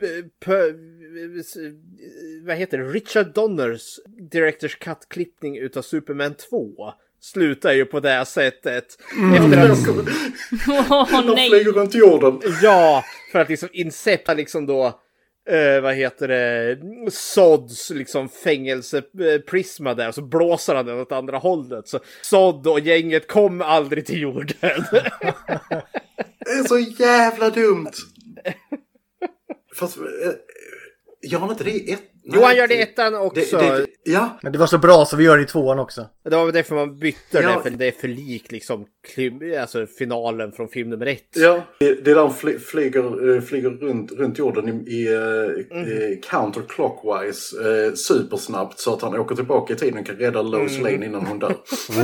vad heter det? Richard Donners Directors Cut-klippning utav Superman 2 slutar ju på det sättet. Efter att... De flyger runt jorden. Ja, för att liksom incepta liksom då Sods liksom fängelseprisma där och så blåser han den åt andra hållet. Så Sod och gänget kom aldrig till jorden. Det är så jävla dumt. Fast gör han inte det i ett? Jo, han gör det i ettan också. Ja. Men det var så bra så vi gör det i tvåan också. Det var därför man bytte det, för det är för lik liksom alltså finalen från film nummer 1. Ja, det är där han flyger runt jorden i counterclockwise supersnabbt så att han åker tillbaka i tiden och kan rädda Lois Lane innan hon dör.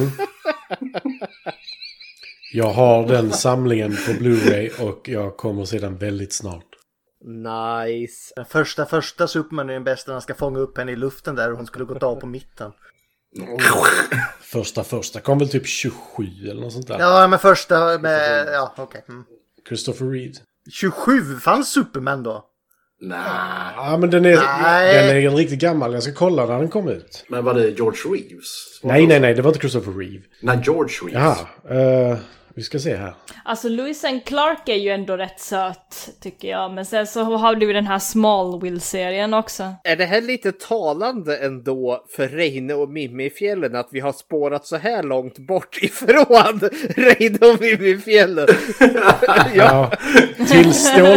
Jag har den samlingen på Blu-ray och jag kommer se den väldigt snart. Nice. Den första Superman är den bästa. Han ska fånga upp henne i luften där och hon skulle gått av på mitten. Första kom väl typ 27 eller något sånt där. Ja, men första med... Ja, okej. Christopher Reeve. 27 fanns Superman då? Nej. Ja, men den är riktigt gammal. Jag ska kolla när den kom ut. Men var det George Reeves? Nej, det var inte Christopher Reeve. Nej, George Reeves. Jaha, vi ska se här. Alltså Lois and Clark är ju ändå rätt söt tycker jag. Men sen så har du den här Smallville-serien också. Är det här lite talande ändå för Reine och Mimmi i fjällen att vi har spårat så här långt bort ifrån Reine och Mimmi i fjällen? Ja. Till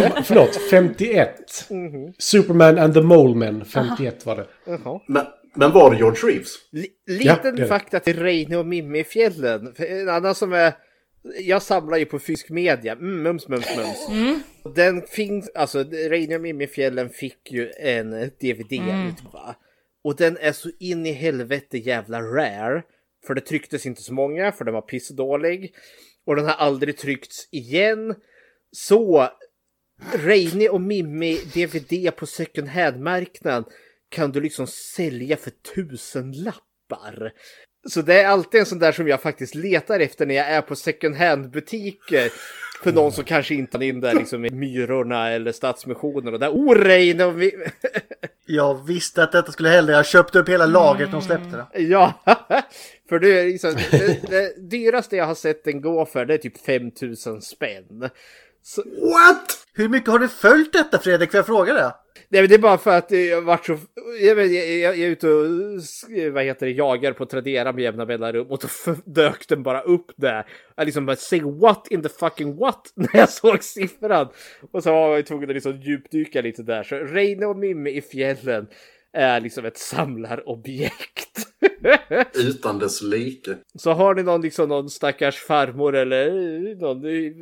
51. Superman and the Mole Men 51 var det. Men var det George Reeves? Liten fakta till Reine och Mimmi i fjällen. En annan som är... Jag samlar ju på fysisk media. Mums. Den finns, alltså Reine och Mimmi i fjällen fick ju en DVD-utgåva. Och den är så in i helvete jävla rare. För det trycktes inte så många, för den var pissdålig. Och den har aldrig tryckts igen. Så Reine och Mimmi DVD på second hand-marknaden kan du liksom sälja för 1000 lappar. Så det är alltid en sån där som jag faktiskt letar efter när jag är på second hand-butiker. För någon som kanske inte är in där liksom med Myrorna eller Stadsmissionen och där Reine och Jag visste att detta skulle hända. Jag köpte upp hela lagret och släppte det. Ja, för det är liksom, det dyraste jag har sett den gå för det är typ 5000 spänn. Så... What? Hur mycket har du följt detta, Fredrik? Får jag fråga det? Nej, men det är bara för att jag varit så... Jag är ute och jagar på Tradera med jämna mellanrum och då dök den bara upp där. Jag liksom bara, say what in the fucking what? När jag såg siffran. Och så var jag tvungen att liksom djupdyka lite där. Så Reine och Mimmi i fjällen är liksom ett samlarobjekt. Utan dess like. Så har ni någon stackars farmor eller någon,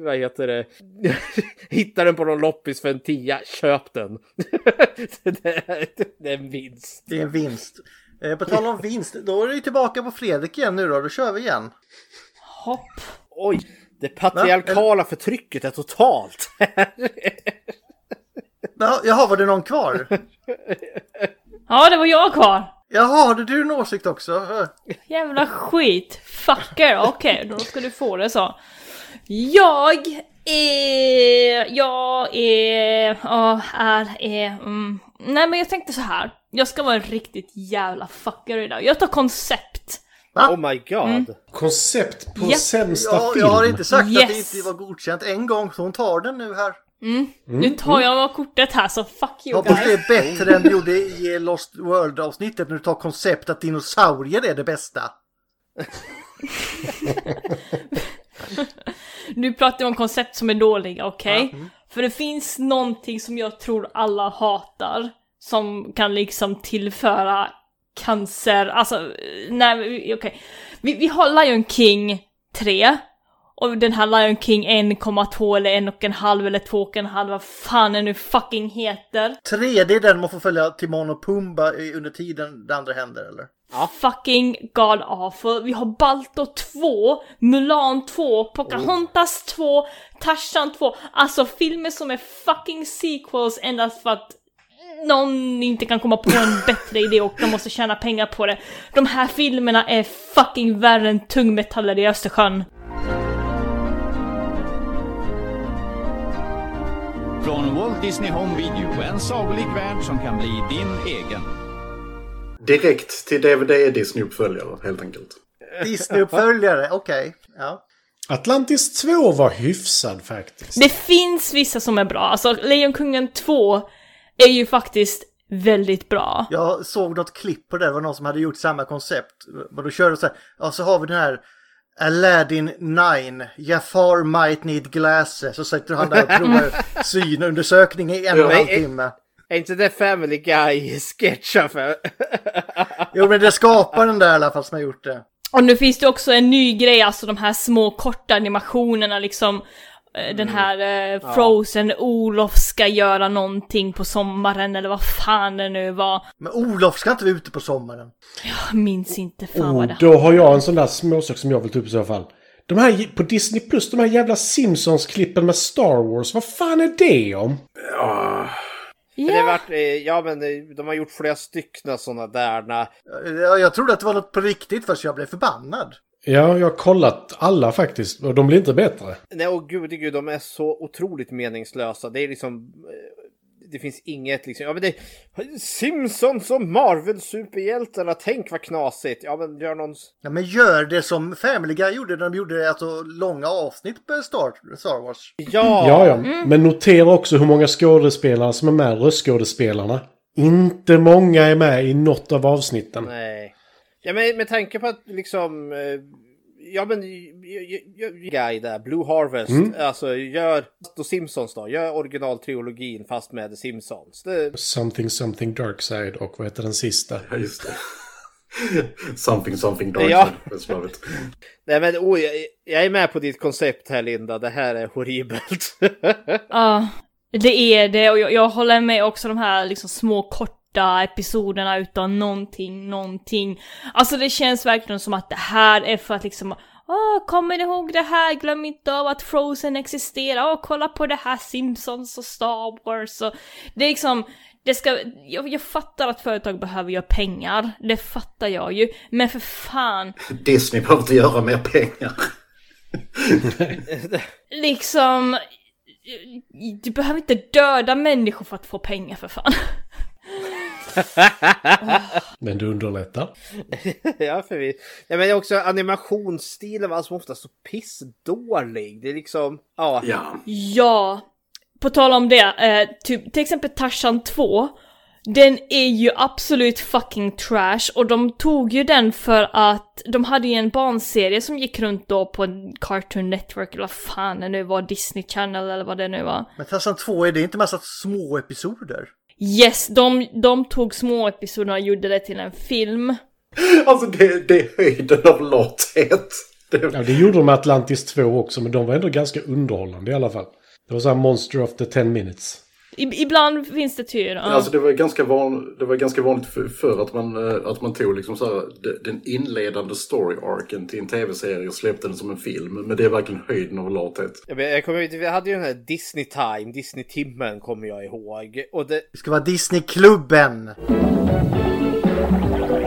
hittar den på någon loppis för en 10, köp den. Det är en vinst. Det är en vinst. På tal om vinst, då är du tillbaka på Fredrik igen nu då kör vi igen. Hopp. Oj, det patriarkala förtrycket är totalt. Jaha, var det någon kvar? Ja, det var jag kvar. Jaha, det är du en åsikt också? Jävla skit. Fucker. Okej, då ska du få det så. Jag nej, men jag tänkte så här. Jag ska vara en riktigt jävla fucker idag. Jag tar koncept. Va? Oh my god. Koncept på sämsta film. Jag har inte sagt att det inte var godkänt en gång, så hon tar den nu här. Nu tar jag kortet här, så fuck you guys. Det är bättre än du gjorde i Lost World-avsnittet när du tar koncept att dinosaurier är det bästa. Du pratar om koncept som är dåliga, okej? För det finns någonting som jag tror alla hatar, som kan liksom tillföra cancer. Alltså, nej, okej. Vi har Lion King 3. Och den här Lion King 1,2 eller 1,5 eller 2,5, vad fan är nu fucking heter? 3, det är den man får följa Timon och Pumba under tiden det andra händer, eller? Ja. Fucking god awful. Vi har Balto 2, Mulan 2, Pocahontas 2, Tarzan 2. Alltså filmer som är fucking sequels endast för att någon inte kan komma på en bättre idé och de måste tjäna pengar på det. De här filmerna är fucking värre än tungmetaller i Östersjön. Från Walt Disney Home Video, en sagolik värld som kan bli din egen. Direkt till DVD Disney-uppföljare, helt enkelt. Disney-uppföljare, okej. Ja. Atlantis 2 var hyfsad faktiskt. Det finns vissa som är bra. Alltså Lejonkungen 2 är ju faktiskt väldigt bra. Jag såg något klipp på det, var någon som hade gjort samma koncept. Och då körde så här, ja, så har vi den här Aladdin 9, Jafar might need glasses. Så sätter han där och provar synundersökning i 1,5 timme. Är inte det Family Guy-sketcher för? Jo, men det skapar den där i alla fall som har gjort det. Och nu finns det också en ny grej, alltså de här små korta animationerna liksom. Den här Frozen, Olof ska göra någonting på sommaren eller vad fan det nu var. Men Olof ska inte vara ute på sommaren. Jag minns inte fan vad det. Då har jag en sån där småsak som jag vill ta upp i så fall. De här på Disney Plus, de här jävla Simpsons-klippen med Star Wars, vad fan är det om? Ja. Det har varit, ja, men de har gjort flera stycken sådana där. Jag trodde att det var något på riktigt först jag blev förbannad. Ja, jag har kollat alla faktiskt och de blir inte bättre. Nej, och gud, de är så otroligt meningslösa. Det är liksom, det finns inget liksom, ja men det Simpsons och Marvel-superhjältarna, tänk vad knasigt. Ja men gör någon... Ja men gör det som Family Guy gjorde när de gjorde alltså långa avsnitt på Star Wars. Ja. Men notera också hur många skådespelare som är med, röstskådespelarna. Inte många är med i något av avsnitten. Nej. Ja men med tanke på att liksom ja men Guy där, Blue Harvest, alltså gör The Simpsons då, gör originaltrilogin fast med The Simpsons. Something Dark Side och vad heter den sista? Ja just det. something Dark Side. Nej men jag är med på ditt koncept här Linda, det här är horribelt. Ja, det är det, och jag håller med också, de här liksom små korta episoderna utan någonting. Alltså det känns verkligen som att det här är för att liksom, kommer ni ihåg det här? Glöm inte av att Frozen existerar. Kolla på det här Simpsons och Star Wars. Och det är liksom, jag fattar att företag behöver göra pengar. Det fattar jag ju. Men för fan. Disney behöver inte göra mer pengar. Liksom, du behöver inte döda människor för att få pengar för fan. Men du underlättar. Ja, men det är också animationsstilen var som ofta så pissdålig. Det är liksom, Ja, på tal om det, typ, till exempel Tarzan 2, den är ju absolut fucking trash, och de tog ju den för att de hade ju en barnserie som gick runt då på Cartoon Network eller vad fan det nu var, Disney Channel eller vad det nu var. Men Tarzan 2, är det inte massa små episoder? Yes, de tog små episoder och gjorde det till en film. Alltså det är höjden av lathet. Ja, det gjorde de med Atlantis 2 också, men de var ändå ganska underhållande i alla fall. Det var så här Monster of the 10 Minutes. Ibland finns det tur. Alltså det var ganska vanligt för att man tog liksom så här, den inledande story-arken till en tv-serie och släppte den som en film. Men det är verkligen höjden av lathet. Jag kommer inte, vi hade ju den här Disney-timmen kommer jag ihåg. Och det ska vara Disney-klubben.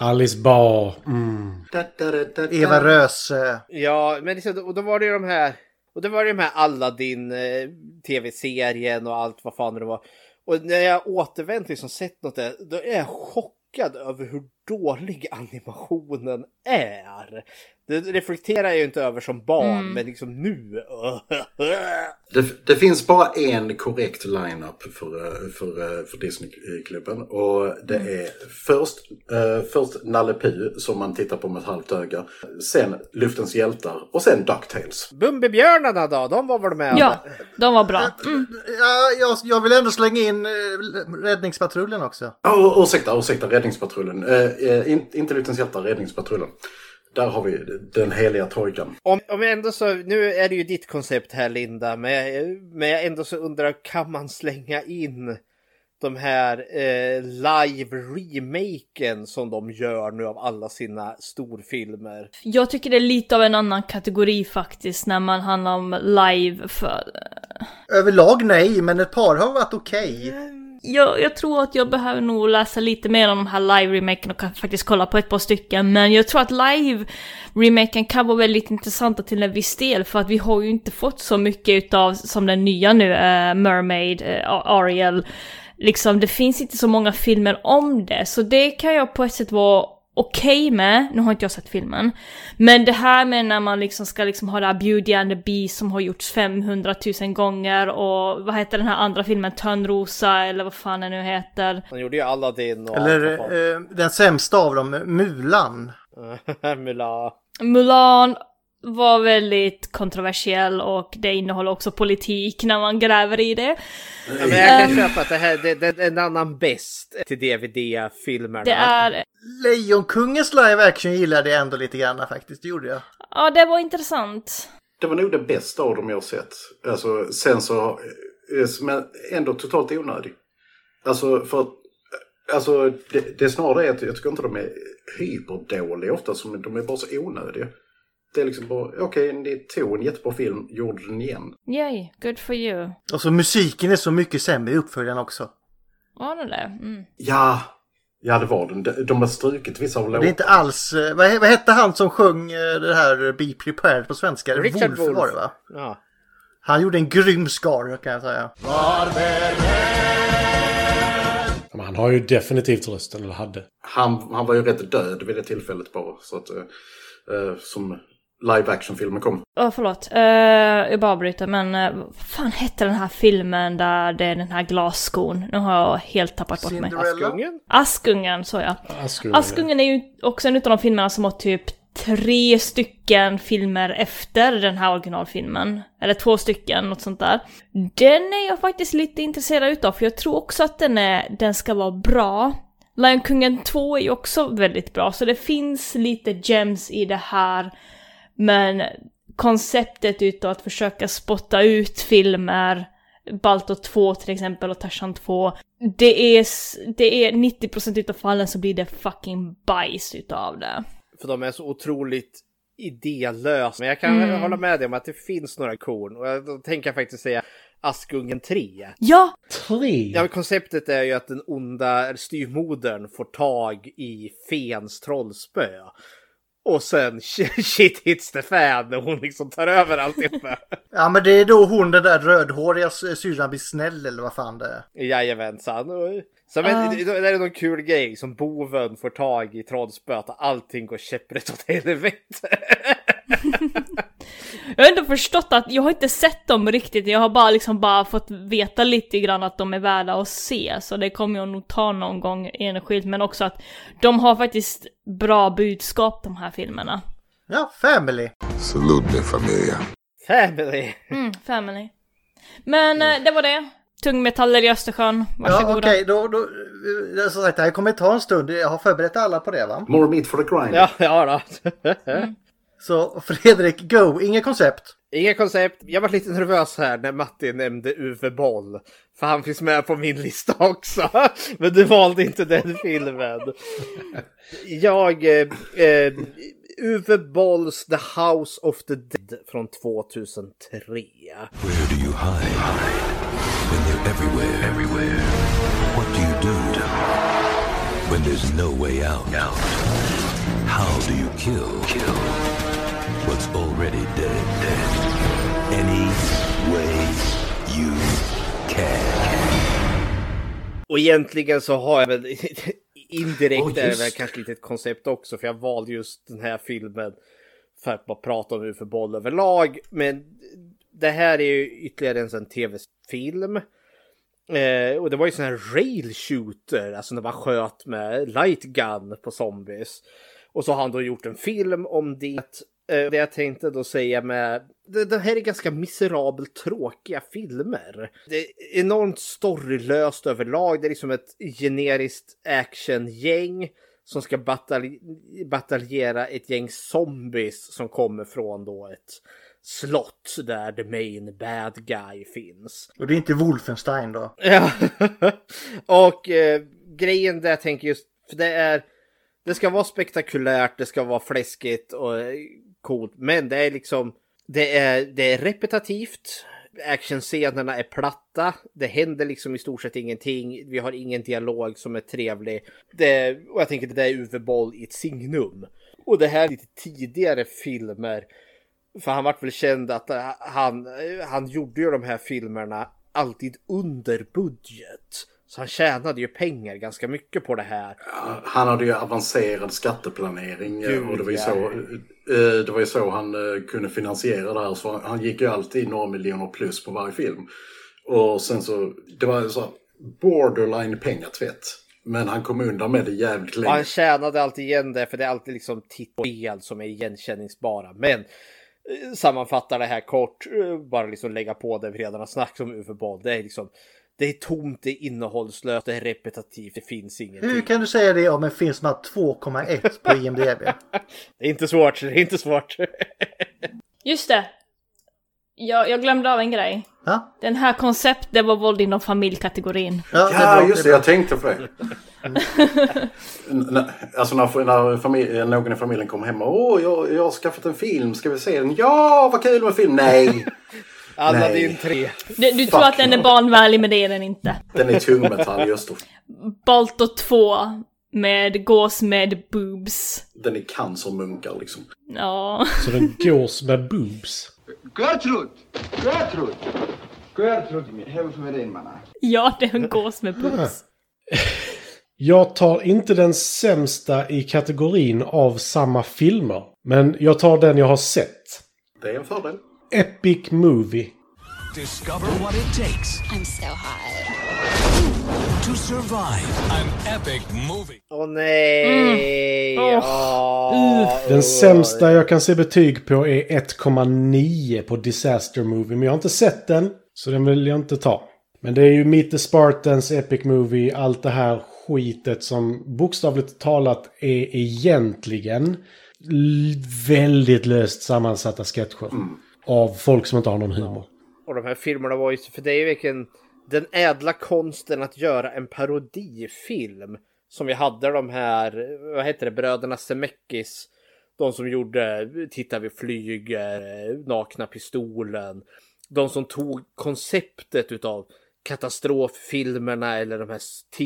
Alice Bar. Eva Röse. Ja, men liksom, och då var det ju de här... Och det var ju de här Aladdin tv-serien och allt vad fan det var. Och när jag återvänt liksom sett något där, då är jag chockad över hur dålig animationen är. Det reflekterar jag ju inte över som barn, men liksom nu. Det finns bara en korrekt line-up för Disney-klubben. Och det är först Nalle Puh som man tittar på med ett halvt öga. Sen Luftens hjältar och sen DuckTales. Bumbibjörnarna då? De var väl med? Ja, de var bra. Ja, jag vill ändå slänga in Räddningspatrullen också. Ursäkta, Räddningspatrullen. Inte Luftens hjältar, Räddningspatrullen. Där har vi den heliga trojkan. Om jag ändå så, nu är det ju ditt koncept här, Linda, men jag ändå så undrar, kan man slänga in de här live-remaken som de gör nu av alla sina storfilmer? Jag tycker det är lite av en annan kategori faktiskt när man handlar om live för... Överlag nej, men ett par har varit okej. Jag tror att jag behöver nog läsa lite mer om de här live-remaken och kan faktiskt kolla på ett par stycken. Men jag tror att live-remaken kan vara väldigt intressanta till en viss del. För att vi har ju inte fått så mycket utav som den nya nu, Mermaid, Ariel. Liksom, det finns inte så många filmer om det. Så det kan jag på ett sätt vara okej med. Nu har inte jag sett filmen. Men det här med när man liksom ska liksom ha det här Beauty and the Beast som har gjorts 500 000 gånger. Och vad heter den här andra filmen? Törnrosa eller vad fan den nu heter. Han gjorde ju Aladdin och... Eller den sämsta av dem, Mulan. Mulan var väldigt kontroversiell och det innehåller också politik när man gräver i det. Ja, men jag kan köpa att det här det är en annan bäst till DVD-filmerna. Det är... Lejonkungens live action gillade jag ändå lite grann faktiskt, det gjorde jag. Ja, det var intressant. Det var nog det bästa av dem jag har sett. Alltså, sen så... Men ändå totalt onödig. Alltså, för att... Alltså, det är snarare att jag tycker inte de är hyperdåliga ofta, som de är bara så onödiga. Det är liksom bara, okej, ni tog en jättebra film, gjorde den igen. Yay, good for you. Och så musiken är så mycket sämre i uppföljaren också. Var det det? Ja, det var den. De har strukit vissa av låtarna. Det är inte alls... Vad hette han som sjöng det här Be Prepared på svenska? Richard Wolff var det, va? Ja. Han gjorde en grym scar, kan jag säga. Men han har ju definitivt rösten, eller hade. Han var ju rätt död vid det tillfället bara. Så att, som live-action-filmen kom. Förlåt. Jag bara bryter, men vad fan hette den här filmen där det är den här glasskon? Nu har jag helt tappat bort mig. Askungen, så ja. Askungen är ju också en av de filmerna som har typ 3 stycken filmer efter den här originalfilmen. Eller 2 stycken, något sånt där. Den är jag faktiskt lite intresserad utav, för jag tror också att den ska vara bra. Lejonkungen 2 är ju också väldigt bra, så det finns lite gems i det här. Men konceptet utav att försöka spotta ut filmer, Balto 2 till exempel och Tarzan 2, det är 90% utav fallen så blir det fucking bajs utav det. För de är så otroligt idélösa. Men jag kan hålla med dig om att det finns några korn. Och då tänker jag faktiskt säga Askungen 3. Ja! 3? Ja, men konceptet är ju att den onda styrmodern får tag i Fens trollspö. Och sen shit hits the fan när hon liksom tar över alltihop. Ja, men det är då hon, den där rödhåriga syrran, blir snäll eller vad fan det är. Jajamensan. Så men, det är någon kul grej som boven får tag i trollspöet och allting går käpprätt åt helvete. Jag har ändå förstått att jag har inte sett dem riktigt. Jag har bara fått veta lite grann att de är värda att se. Så det kommer jag nog ta någon gång enskilt. Men också att de har faktiskt bra budskap, de här filmerna. Ja, family. Salute me, familia. Family. Family. Men det var det. Tungmetaller i Östersjön. Varsågoda. Ja, okej. Då, så sagt, det här kommer ta en stund. Jag har förberett alla på det, va? More meat for the grind. Ja då. Så Fredrik, go. Inget koncept. Inget koncept. Jag var lite nervös här när Matti nämnde Uwe Boll. För han finns med på min lista också. Men du valde inte den filmen. Uwe Bolls The House of the Dead från 2003. Where do you hide? When they're everywhere. What do you do? When there's no way out. How do you kill what's already dead? Any way you can. Och egentligen så har jag väl indirekt är det väl kanske lite ett koncept också, för jag valde just den här filmen för att bara prata om UFO-boll överlag. Men det här är ju ytterligare en sån tv-film. Och det var ju sån här rail shooter, alltså när man sköt med light gun på zombies. Och så har han då gjort en film om det. Det jag tänkte då säga med... Det här är ganska miserabelt tråkiga filmer. Det är enormt storylöst överlag. Det är liksom ett generiskt actiongäng som ska bataljera ett gäng zombies som kommer från då ett slott där the main bad guy finns. Och det är inte Wolfenstein då? Ja. Och grejen där jag tänker just... För det ska vara spektakulärt, det ska vara fläskigt och coolt, men det är liksom det är repetitivt. Actionscenerna är platta. Det händer liksom i stort sett ingenting. Vi har ingen dialog som är trevlig. Och jag tänker att det är UV-boll i ett signum. Och det här är lite tidigare filmer. För han var väl känd att han gjorde ju de här filmerna alltid under budget. Så han tjänade ju pengar ganska mycket på det här. Ja, han hade ju avancerad skatteplanering. Och det var ju så han kunde finansiera det här. Så han gick ju alltid några miljoner plus på varje film. Och sen så, det var så borderline pengatvätt. Men han kom undan med det jävligt länge. Och han tjänade alltid igen det, för det är alltid liksom titt och spel som är igenkänningsbara. Men sammanfattar det här kort, bara liksom lägga på det vi redan har snackat om UFO-boll. Det är liksom... Det är tomt, det är innehållslöst, det är repetitivt, det finns ingenting. Hur kan du säga det om en film som har 2,1 på IMDb? Det är inte svårt, Just det. Jag glömde av en grej. Ha? Den här det var våld inom familjkategorin. Ja, just det, jag tänkte på det. Alltså när någon i familjen kommer hem och jag har skaffat en film, ska vi se den? Ja, vad kul med film! Nej! Aladdin 3. Du tror att den är barnvänlig, men det är den inte. Den är tungmetall just då. Balto 2 med gås med boobs. Den är cancermunkar liksom. Ja. Så den gås med boobs. Gertrud, hemma med din manna. Ja, det är en gås med boobs. Jag tar inte den sämsta i kategorin av samma filmer. Men jag tar den jag har sett. Det är en fördel. Epic Movie. Discover what it takes. I'm so hot. To survive an epic movie. Åh nej! Den sämsta jag kan se betyg på är 1,9 på Disaster Movie. Men jag har inte sett den, så den vill jag inte ta. Men det är ju Meet the Spartans, Epic Movie, allt det här skitet som bokstavligt talat är egentligen väldigt löst sammansatta sketcher. Av folk som inte har någon humor. Och de här filmerna var ju... För det är ju vilken... Den ädla konsten att göra en parodifilm. Som vi hade de här... Vad heter det? Bröderna Zemeckis. De som gjorde Titta vi flyger, Nakna pistolen. De som tog konceptet utav katastroffilmerna eller de här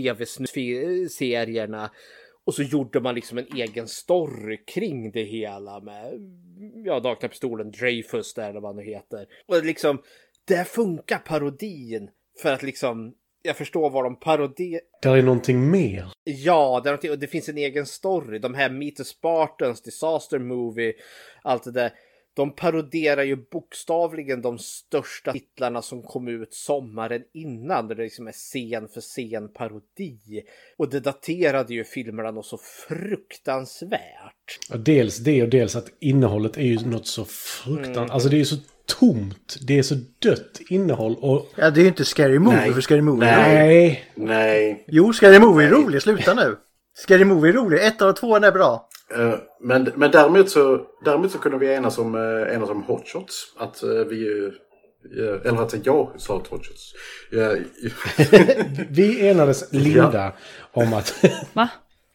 tv-serierna. Och så gjorde man liksom en egen story kring det hela med, ja, Nakna pistolen, Dreyfus där eller vad det heter. Och liksom, där funkar parodin för att liksom, jag förstår vad de parodierar. Där är någonting mer. Ja, och det finns en egen story. De här Meet the Spartans, Disaster Movie, allt det där. De paroderar ju bokstavligen de största titlarna som kom ut sommaren innan. Där det liksom är scen för scen parodi. Och det daterade ju filmerna något så fruktansvärt. Ja, dels det och dels att innehållet är ju något så fruktansvärt. Alltså det är ju så tomt. Det är så dött innehåll. Och... Ja, det är ju inte Scary Movie. För Scary Movie Nej. Jo, Scary Movie är rolig. Sluta nu. Scary Movie är rolig. 1 av 2 är bra. Men däremot så kunde vi enas om Hot Shots. Att vi... Eller att jag sa Hot Shots. Vi enades, Linda, om att... Va?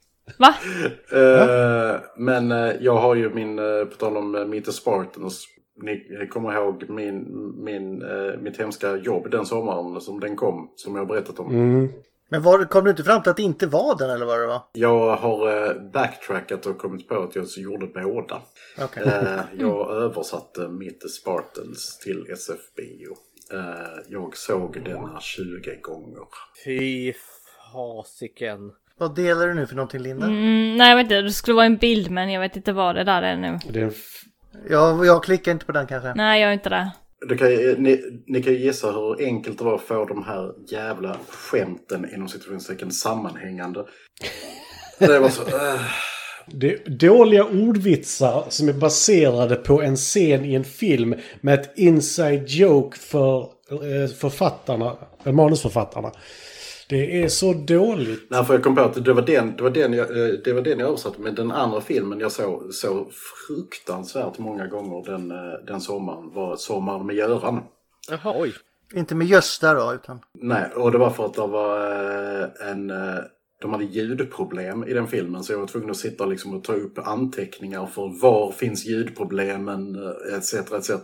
Men jag har ju på tal om Meet the Spartans. Ni kommer ihåg mitt hemska jobb den sommaren som den kom. Som jag har berättat om. Men kom du inte fram till att det inte var den eller vad det var? Jag har backtrackat och kommit på att jag gjorde båda. Okay. Jag översatte mitt Spartans till SF-bio. Jag såg denna 20 gånger. Fy fasiken. Vad delar du nu för någonting, Linda? Nej, jag vet inte. Det skulle vara en bild, men jag vet inte vad det där är nu. Jag klickar inte på den kanske. Nej, jag gör inte det. Ni kan ju gissa hur enkelt det var att få de här jävla skämten inom situationstecken sammanhängande. Det var så... Det är dåliga ordvitsar som är baserade på en scen i en film med ett inside joke för manusförfattarna. Det är så dåligt. Nej, för jag kom på att det var den jag översatte, med den andra filmen jag såg så fruktansvärt många gånger den sommaren var Sommaren med Göran. Jaha, oj. Inte med Gösta då, utan... Nej, och det var för att det var de hade ljudproblem i den filmen, så jag var tvungen att sitta liksom och ta upp anteckningar för var finns ljudproblemen, etc.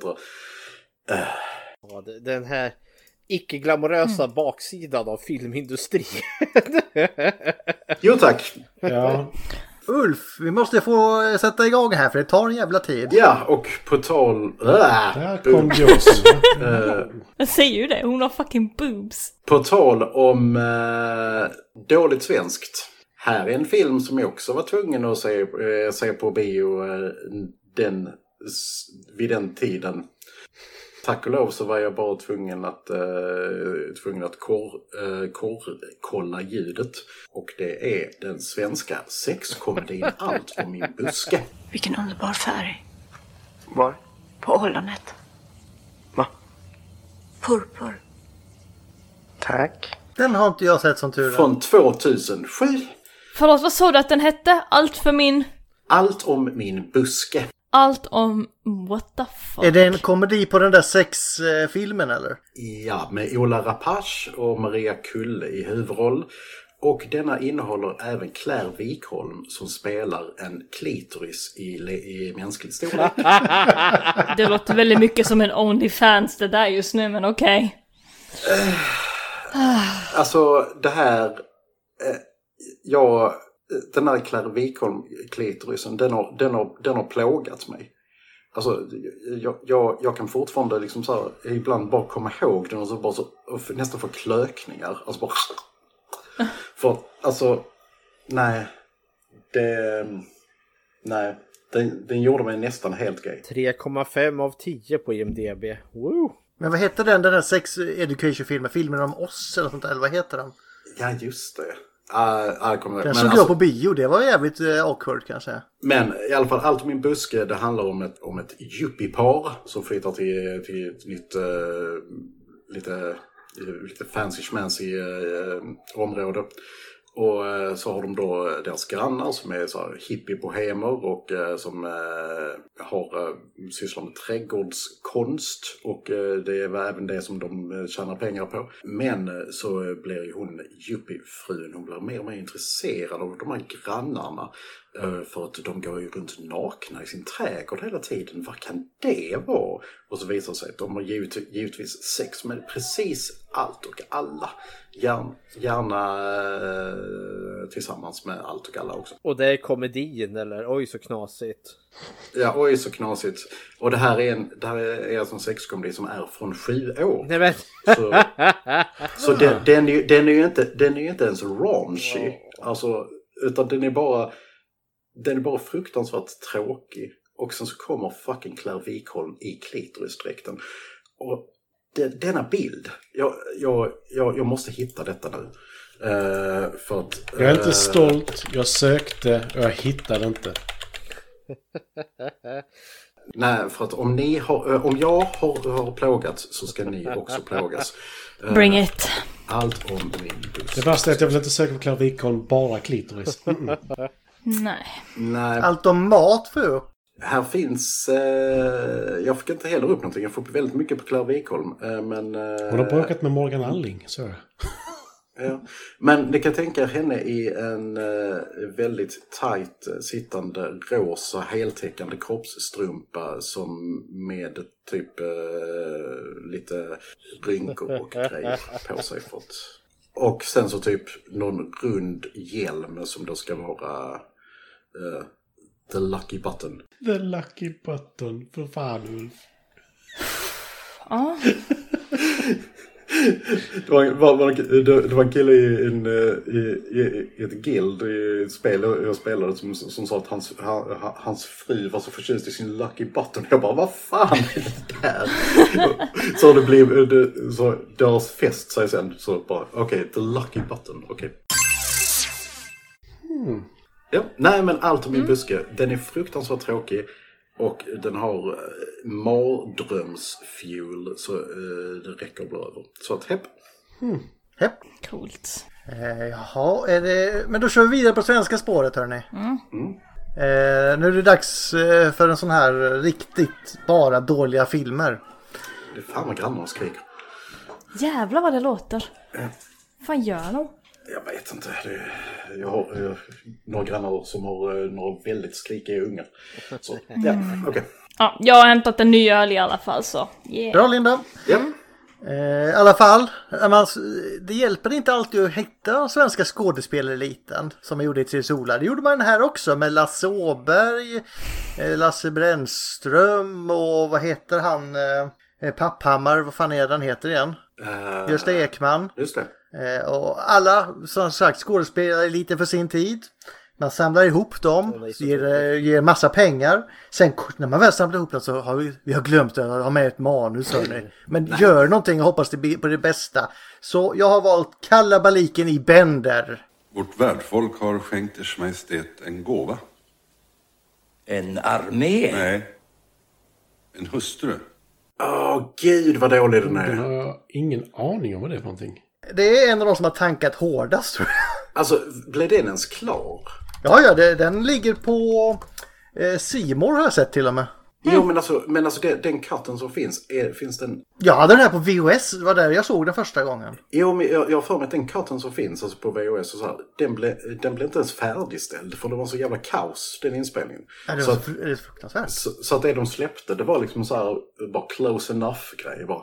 Ja, den här icke-glamorösa baksidan av filmindustrin. Jo tack. Ja. Ulf, vi måste få sätta igång här för det tar en jävla tid. Ja, och på tal... Där kom Joss. Jag säger ju det, hon har fucking boobs. På tal om dåligt svenskt. Här är en film som jag också var tvungen att se på bio vid den tiden. Tack och lov så var jag bara tvungen att kolla ljudet. Och det är den svenska sexkomedin Allt om min buske. Vilken underbar färg. Var? På ollonet. Va? Purpur. Tack. Den har inte jag sett som tur. Från 2007. Förlåt, vad sa du att den hette? Allt om min buske. Allt om... What the fuck? Är det en komedi på den där sexfilmen eller? Ja, med Ola Rapace och Maria Kulle i huvudroll. Och denna innehåller även Claire Wikholm som spelar en klitoris i mänsklig storlek. Det låter väldigt mycket som en OnlyFans det där just nu, men okej. Alltså, det här... den här Claire Wikholm klitorisen, den har plågat mig. Alltså, jag kan fortfarande liksom så här, ibland bara komma ihåg den och så bara så, och nästan få klökningar. Alltså bara... För alltså, nej. Den gjorde mig nästan helt gay. 3,5 av 10 på IMDb. Woo! Men vad heter den där sex education-filmen? Filmen om oss eller sånt, eller vad heter den? Ja, just det. Den såg jag på bio, det var jävligt awkward kanske. Men i alla fall, Allt om min buske, det handlar om ett yuppie-par som flyttar till ett nytt lite fancy-schmancy område. Och så har de då deras grannar som är så här hippie-bohemer och som har sysslar med trädgårdskonst. Och det är även det som de tjänar pengar på. Men så blir ju hon yuppie-frun, hon blir mer och mer intresserad av de här grannarna. För att de går ju runt nakna i sin trädgård hela tiden. Vad kan det vara? Och så visar det sig att de har givetvis sex med precis allt och alla. Gärna tillsammans med allt och alla också. Och det är komedin eller? Oj så knasigt. Ja, oj så knasigt. Och det här är alltså en sexkomedi som är från 7 år. Nej, men. Så den är ju inte ens raunchy. Alltså, utan den är bara fruktansvärt tråkig. Och sen så kommer fucking Claire Wikholm i klitorisdräkten. Och denna bild, jag måste hitta detta nu. För att, jag är inte stolt, jag sökte och jag hittade inte. Nej, för att om jag har plågats så ska ni också plågas. Bring it. Allt om min busk. Det värsta är att jag vill inte söka på Claire Wikholm, bara klitoris. Nej. Allt om mat för. Här finns... jag fick inte heller upp någonting. Jag får väldigt mycket på Claire Wikholm. Men... Hon har bråkat med Morgan Alling, så. Ja. Men ni kan tänka henne i en väldigt tajt sittande rosa heltäckande kroppsstrumpa som med typ lite rynkor och grejer på sig för att... Och sen så typ någon rund hjälm som då ska vara the lucky button. The lucky button, för fan Ulf. Ja. Det var en kille i ett guild i ett spel jag spelade som sa att hans fru var så förtjust i sin lucky button. Jag bara, vad fan är det där? Så det blev så deras fest sig sen. Så bara, okej, the lucky button, okej. Ja, nej men allt om min buske. Den är fruktansvärt tråkig. Och den har mardrömsfuel så det räcker att bli över. Så att hepp. Hepp. Coolt. Jaha, men då kör vi vidare på svenska spåret hörni. Nu är det dags för en sån här riktigt bara dåliga filmer. Det är fan vad grannarna skriker. Jävlar vad det låter. Fan gör de? Jag vet inte. Jag har några grannar som har några väldigt skrikiga ungar. Så, ja, okej. Ja, jag har hämtat en ny öl i alla fall så. Yeah. Bra Linda. Ja. I alla fall, det hjälper inte alltid att hitta svenska skådespelareliten som man gjorde i Tre Solar. Det gjorde man här också med Lasse Åberg, Lasse Brännström och vad heter han? Papphammar, vad fan är den heter igen? Gösta Ekman. Just det. Och alla som sagt skådespelare lite för sin tid. Man samlar ihop dem, ger massa pengar. Sen när man väl samlar ihop dem så har vi har glömt att ha med ett manus. Men gör någonting och hoppas på det bästa. Så jag har valt Kalabaliken i Bender. Vårt värdfolk har skänkt Ers Majestät en gåva. En armé? Nej, en hustru. Gud vad dålig den är. Jag har ingen aning om vad det är för någonting. Det är en av de som har tankat hårdast tror jag. Alltså, blev den ens klar? Ja, den ligger på C-more har jag sett till och med. Jo, men alltså den katten som finns den... Ja, den här på VHS, det var där jag såg den första gången. Jo, men jag har för mig att den katten som finns alltså på VHS och så här, den blev inte ens färdigställd för det var så jävla kaos, den inspelningen. Ja, det var fruktansvärt. Så att det de släppte, det var liksom så här bara close enough-grejer, bara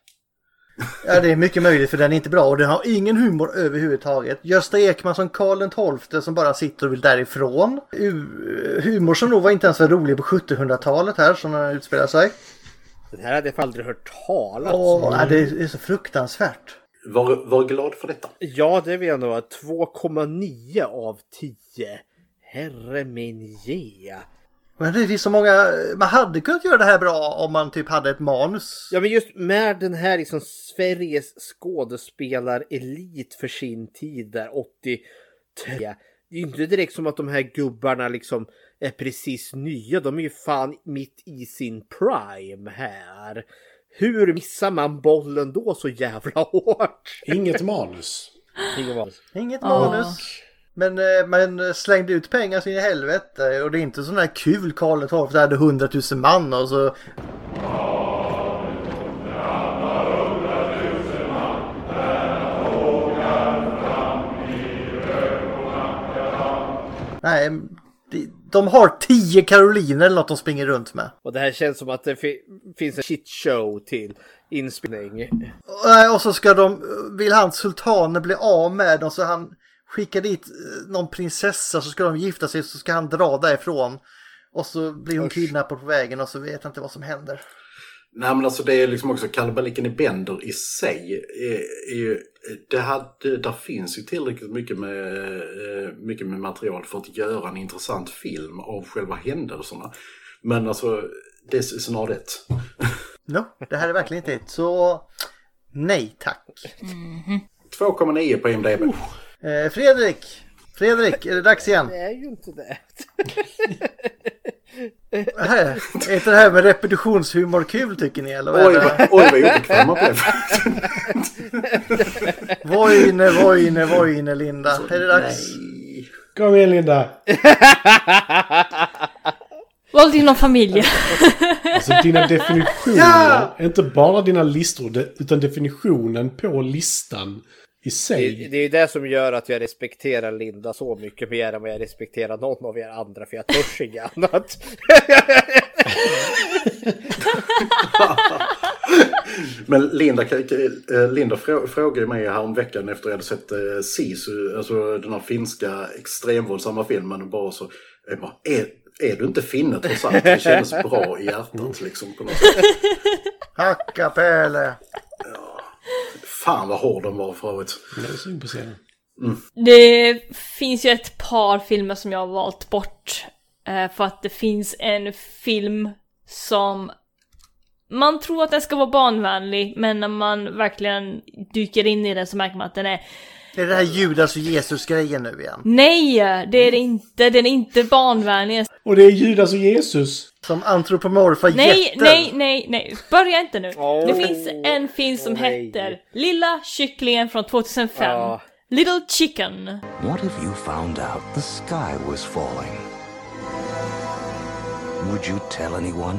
Ja, det är mycket möjligt för den är inte bra och den har ingen humor överhuvudtaget. Gösta Ekman som Karl XII som bara sitter och vill därifrån. Humor som nog var inte ens var rolig på 1700-talet här som den utspelar sig. Den här hade jag aldrig hört talas om. Det är så fruktansvärt. Var glad för detta. Ja, det vet jag nog. 2,9 av 10. Herre min ge. Men det finns så många, man hade kunnat göra det här bra om man typ hade ett manus. Ja, men just med den här liksom Sveriges skådespelarelit för sin tid där 83. Det är ju inte direkt som att de här gubbarna liksom är precis nya. De är ju fan mitt i sin prime här. Hur missar man bollen då så jävla hårt? Inget manus. Inget manus. Men man slängde ut pengar så in i helvete. Och det är inte sån här kul Karl XII där hade 100 000 man och så... Nej, de har 10 karoliner eller något de springer runt med. Och det här känns som att det finns en shit show till inspelning. Och så vill hans sultaner bli av med dem så han skickar dit någon prinsessa så ska de gifta sig så ska han dra därifrån. Och så blir hon kidnappad på vägen och så vet jag inte vad som händer. Nej men alltså det är liksom också Kalabaliken i Bender i sig är ju, där finns ju tillräckligt mycket med material för att göra en intressant film av själva händelserna. Men alltså det är snarare ett. Det här är verkligen inte ett. Så nej tack. 2,9 på IMDb. Fredrik, är det dags igen? Det är ju inte det. Är inte det här med repetitionshumor kul tycker ni? Eller oj vad obekväma blev. Vad inne Linda. Är det dags? Nej. Kom igen Linda. Våld inom familjen. Alltså dina definitioner, inte bara dina listor utan definitionen på listan i sig. Det är ju det som gör att jag respekterar Linda så mycket mer än vad jag respekterar någon av er andra, för jag törs inget annat. Men Linda frågade mig här om veckan efter jag hade sett Sisu, alltså den här finska extremvåldsamma filmen, och bara så, är du inte finne trots allt? Det kändes bra i hjärtat liksom på något sätt. Hacka Pelle! Ja, fan vad hård de var förut. Det är synd på scenen. Det finns ju ett par filmer som jag har valt bort. För att det finns en film som man tror att den ska vara barnvänlig, men när man verkligen dyker in i den så märker man att den är... Det är det här Judas och Jesus-grejen nu igen. Nej, det är det inte. Den är inte barnvänlig. Och det är Judas och Jesus. Som antropomorfa jätter. Nej. Börja inte nu. Det finns en film som heter Lilla kycklingen från 2005. Little Chicken. What if you found out the sky was falling? Would you tell anyone?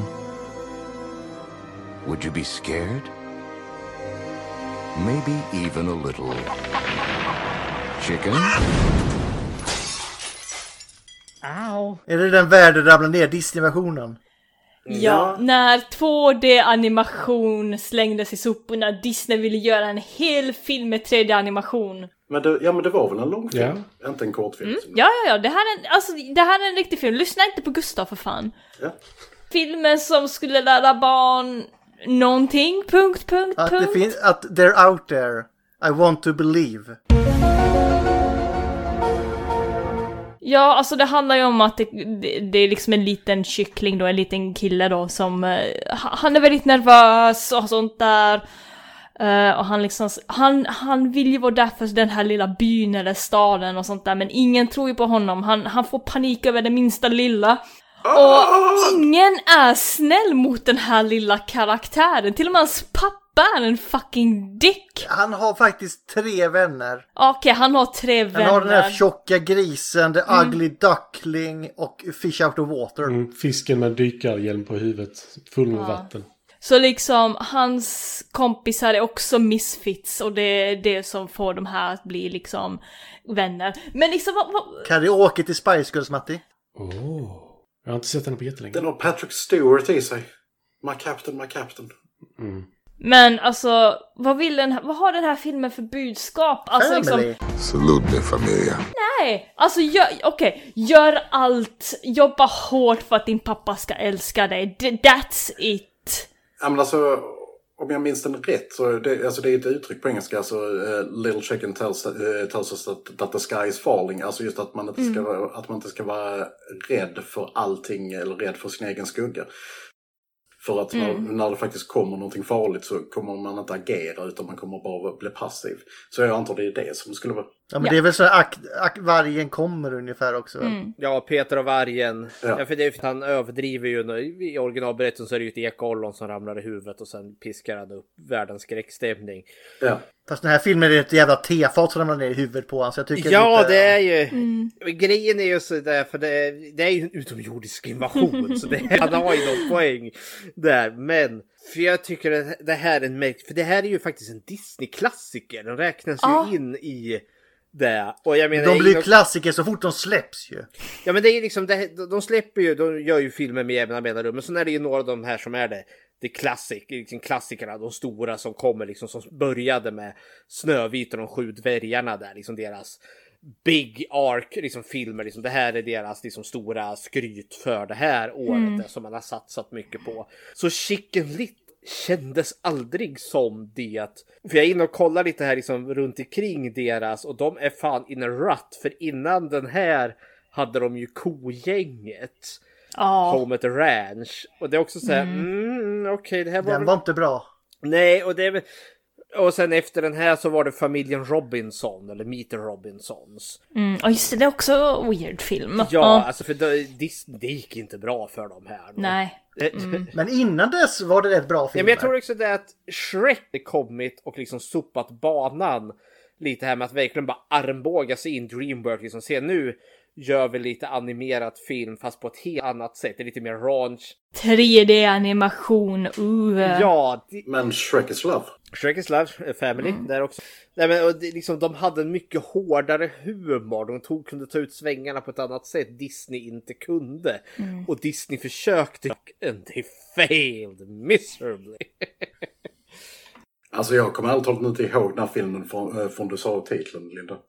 Would you be scared? Maybe even a little chicken? Ow. Är det den världen ramlar ner, Disney-versionen? Ja, när 2D-animation slängdes i soporna, Disney ville göra en hel film med 3D-animation. Men det var väl en lång film? Ja. Inte en kort film. Ja. Det här är en riktig film. Lyssna inte på Gustav för fan. Ja. Filmen som skulle lära barn någonting, Det finns, att they're out there. I want to believe. Ja, alltså det handlar ju om att det är liksom en liten kyckling då, en liten kille då som han är väldigt nervös och sånt där. Och han liksom han vill ju vara där för den här lilla byn eller staden och sånt där, men ingen tror ju på honom. Han får panik över det minsta lilla. Och ingen är snäll mot den här lilla karaktären. Till och med hans pappa är en fucking dick. Han har faktiskt 3 vänner. Okej, han har 3 vänner. Han har den här tjocka grisen, the ugly duckling och fish out of water. Fisken med dykarhjälm på huvudet, full med vatten. Så liksom, hans kompisar är också misfits, och det är det som får de här att bli liksom vänner. Men liksom, Karaoke till Spice Girls, Matti? Jag har inte sett den på jättelänge. Den har Patrick Stewart i sig. My Captain. Men alltså, vad har den här filmen för budskap? Alltså liksom... Salute me, familia. Nej, alltså gör allt. Jobba hårt för att din pappa ska älska dig. That's it. Ja, men alltså, om jag minns den rätt så det är ett uttryck på engelska, alltså little chicken tells us that the sky is falling, alltså just att man inte ska vara rädd för allting eller rädd för sin egen skugga. För att när det faktiskt kommer någonting farligt så kommer man inte agera, utan man kommer bara bli passiv. Så jag antar det är det som skulle vara... Ja, men det är väl så att vargen kommer ungefär också. Ja, Peter och vargen. Ja, för det är för att han överdriver ju. I originalberättelsen så är det ju ett ekollon som ramlar i huvudet och sen piskar han upp världens skräckstämning. Ja. Fast den här filmen är ett jävla tefat som ramlar ner i huvudet på honom. Så jag tycker det är ju... Grejen är ju så där, för det är ju en utomjordisk invasion. Så han har ju någon poäng där. Men... För jag tycker att det här är en märkt... För det här är ju faktiskt en Disney-klassiker. Den räknas ju in i det. Och jag menar, de blir klassiker så fort de släpps ju. Ja, men det är liksom... De släpper ju... De gör ju filmer med jämna mellanrum. Men så är det ju några av de här som är det liksom klassikerna. De stora som kommer liksom... Som började med Snövit och de 7 dvärgarna där. Liksom deras... Big Arc liksom filmer, liksom det här är deras liksom stora skryt för det här året som man har satsat mycket på. Så Chicken Little kändes aldrig som det. För jag är inne och kollar lite här liksom runt omkring deras, och de är fan in a rut, för innan den här hade de ju Kogänget. Home at the Ranch. Och det är också så här, okej, det här den var inte bra. Nej, och det är... Och sen efter den här så var det familjen Robinson, eller Meet the Robinsons. Ja, just det är också weird film. Ja, alltså för det gick inte bra för dem här. Nej. Men innan dess var det rätt bra film. Ja, men jag tror också det att Shrek är kommit och liksom sopat banan lite här med att verkligen bara armbåga sig in DreamWorks. Liksom se, nu gör vi lite animerat film fast på ett helt annat sätt. Det är lite mer raunch. 3D-animation. Ja, men Shrek is Love. Shrek is Love, Family, där också. Nej, men, och det, liksom, de hade en mycket hårdare humor. De kunde ta ut svängarna på ett annat sätt Disney inte kunde. Och Disney försökte and they failed miserably. Alltså jag kommer alltid inte ihåg den här filmen från du sa titeln, Linda.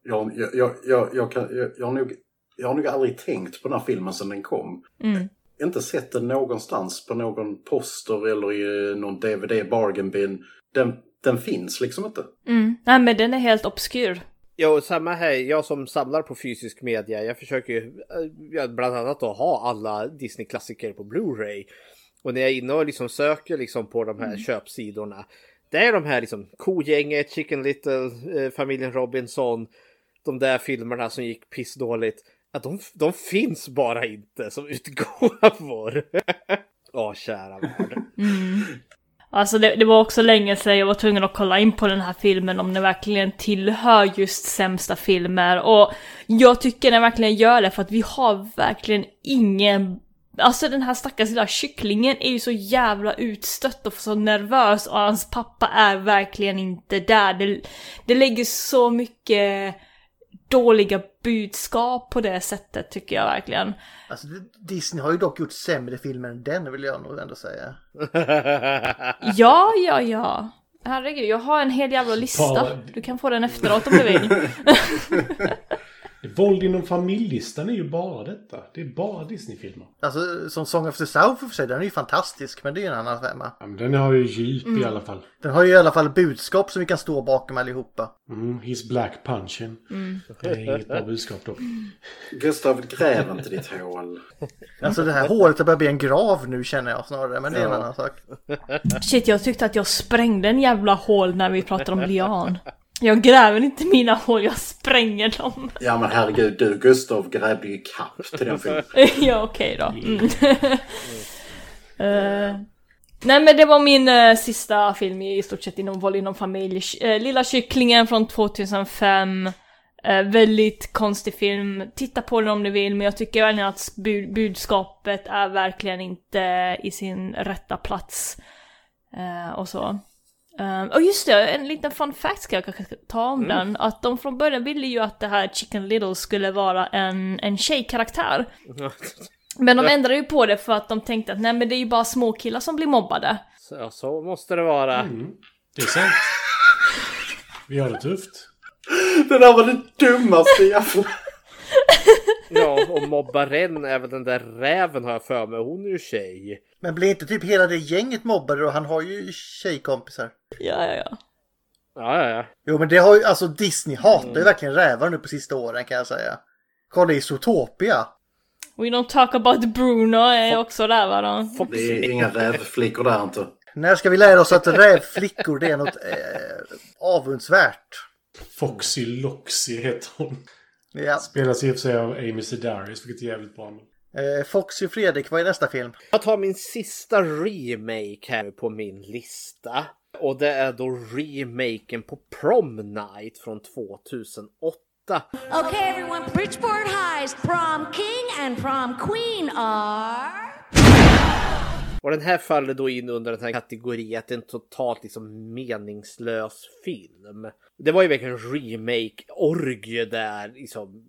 Jag har nog aldrig tänkt på den här filmen sedan den kom. Inte sett den någonstans på någon poster eller i någon DVD bargain bin. Den finns liksom inte. Nej, men den är helt obskyr. Ja, samma här. Jag som samlar på fysisk media, jag försöker ju bland annat att ha alla Disney-klassiker på Blu-ray. Och när jag är inne och liksom söker liksom på de här köpsidorna, det är de här liksom Kogänget, Chicken Little, familjen Robinson, de där filmerna som gick pissdåligt. Att de finns bara inte som utgåvor. Kära värld. Alltså det var också länge sedan jag var tvungen att kolla in på den här filmen om den verkligen tillhör just sämsta filmer. Och jag tycker den verkligen gör det, för att vi har verkligen ingen... Alltså den här stackars lilla kycklingen är ju så jävla utstött och så nervös, och hans pappa är verkligen inte där. Det lägger så mycket dåliga budskap på det sättet, tycker jag verkligen. Alltså Disney har ju dock gjort sämre filmer än den, vill jag nog ändå säga. Ja. Herregud, jag har en hel jävla lista. Du kan få den efteråt om du vill. Våld inom familjelistan är ju bara detta. Det är bara Disney-filmer. Alltså som Song of the South för sig, den är ju fantastisk, men det är ju en annan femma. Ja, men den har ju djup i alla fall. Den har ju i alla fall budskap som vi kan stå bakom allihopa. He's black punching. Det är inget bra budskap då. Gustav, gräv inte ditt hål. Alltså det här hålet börjar bli en grav nu, känner jag snarare, men det är en annan sak. Shit, jag tyckte att jag sprängde en jävla hål när vi pratade om Lian. Jag gräver inte mina hål, jag spränger dem. Ja, men herregud, du Gustav grävde ju kapp till den filmen. Ja, okej då. Nej, men det var min sista film i stort sett inom våld inom familj. Lilla kycklingen från 2005. Väldigt konstig film. Titta på den om ni vill, men jag tycker verkligen att budskapet är verkligen inte i sin rätta plats. Och så. Och just det, en liten fun fact ska jag kanske ta om den. Att de från början ville ju att det här Chicken Little skulle vara en tjejkaraktär. Men de ändrade ju på det för att de tänkte att nej, men det är ju bara små killar som blir mobbade. Så måste det vara. Det är sant. Vi har det tufft. Det där var det dummaste jävla. Ja, och mobbaren, även den där räven har jag för mig, hon är ju tjej. Men blir inte typ hela det gänget mobbade och han har ju tjejkompisar. Ja. Jo, men det har ju, alltså Disney hatar ju verkligen rävar nu på sista åren, kan jag säga. Kolla i Zootopia. We don't talk about Bruno är också rävar då. Det är inga rävflickor där inte. När ska vi lära oss att rävflickor, det är något avundsvärt? Foxy Loxy heter hon. Ja. Spelas i och för sig av Amy Sedaris, vilket är jävligt bra. Foxy och Fredrik, vad är nästa film? Jag tar min sista remake här på min lista. Och det är då remaken på Prom Night från 2008. Okay, everyone, Bridgeport High's prom king and prom queen are... Och den här faller då in under den här kategorin att det är en totalt liksom meningslös film. Det var ju verkligen en remake-orgie där liksom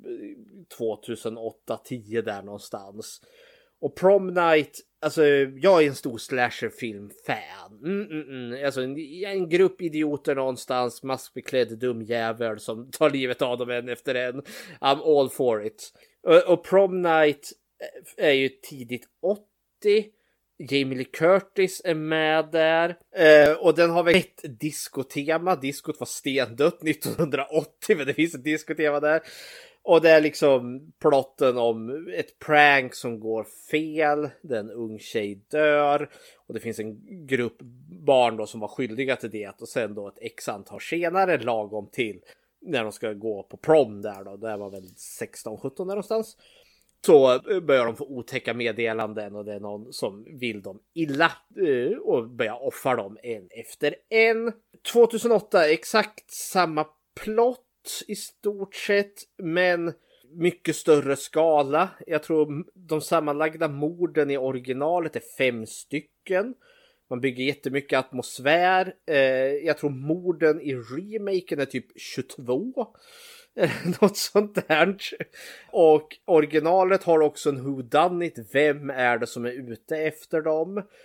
2008-10 där någonstans. Och Prom Night, alltså jag är en stor slasherfilm-fan. Alltså en grupp idioter någonstans, maskbeklädd dumjävel som tar livet av dem en efter en. I'm all for it. Och Prom Night är ju tidigt 80. Jamie Lee Curtis är med där. Och den har väl ett diskotema. Diskot var stendött 1980, men det finns ett diskotema där. Och det är liksom plotten om ett prank som går fel. En ung tjej dör. Och det finns en grupp barn då som var skyldiga till det. Och sen då ett x-antal senare, lagom till när de ska gå på prom där då. Det var väl 16-17 där någonstans. Så börjar de få otäcka meddelanden och det är någon som vill dem illa och börjar offra dem en efter en. 2008, exakt samma plott i stort sett, men mycket större skala. Jag tror de sammanlagda morden i originalet är 5 stycken. Man bygger jättemycket atmosfär. Jag tror morden i remaken är typ 22. Något sånt där. Och originalet har också en whodunit. Vem är det som är ute efter dem?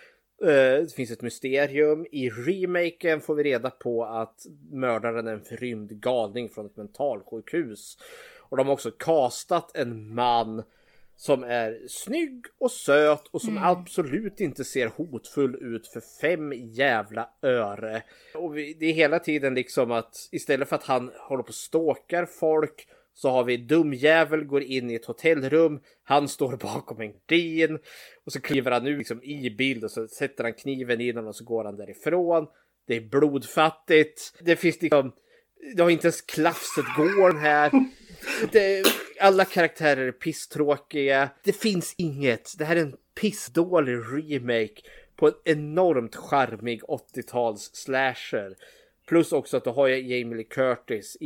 Det finns ett mysterium. I remaken får vi reda på att mördaren är en förrymd galning från ett mentalsjukhus. Och de har också castat en man som är snygg och söt och som absolut inte ser hotfull ut för 5 jävla öre. Och det är hela tiden liksom att istället för att han håller på och stalkar folk, så har vi dumjävel går in i ett hotellrum. Han står bakom en gardin. Och så kliver han nu liksom i bild. Och så sätter han kniven innan och så går han därifrån. Det är blodfattigt. Det finns liksom... Det har inte ens klafset går här. Alla karaktärer är pisstråkiga. Det finns inget. Det här är en pissdålig remake på en enormt charmig 80-tals slasher. Plus också att du har Jamie Lee Curtis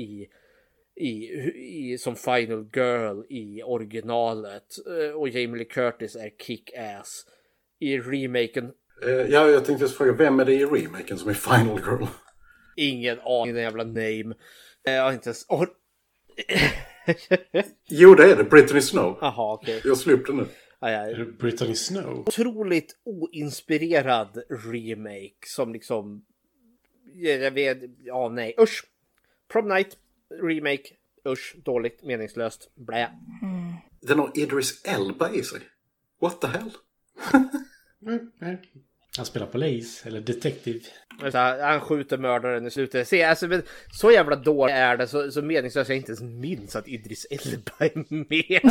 som Final Girl i originalet. Och Jamie Lee Curtis är kick-ass i remaken. Jag tänkte just fråga, vem är det i remaken som är Final Girl? Ingen aning, den jävla name. Jag har inte ens... Jo, det är det. Brittany Snow. Jaha, okej. Jag slår upp den nu. Är det Brittany Snow? Otroligt oinspirerad remake som liksom... Jag vet... Ja, nej. Usch. Prom Night remake. Usch. Dåligt. Meningslöst. Blä. Den har Idris Elba i sig. What the hell? Han spelar polis eller detektiv. Han skjuter mördaren i slutet. Se, alltså, men så jävla dåligt är det så meningslöst jag inte ens minns att Idris Elba är med.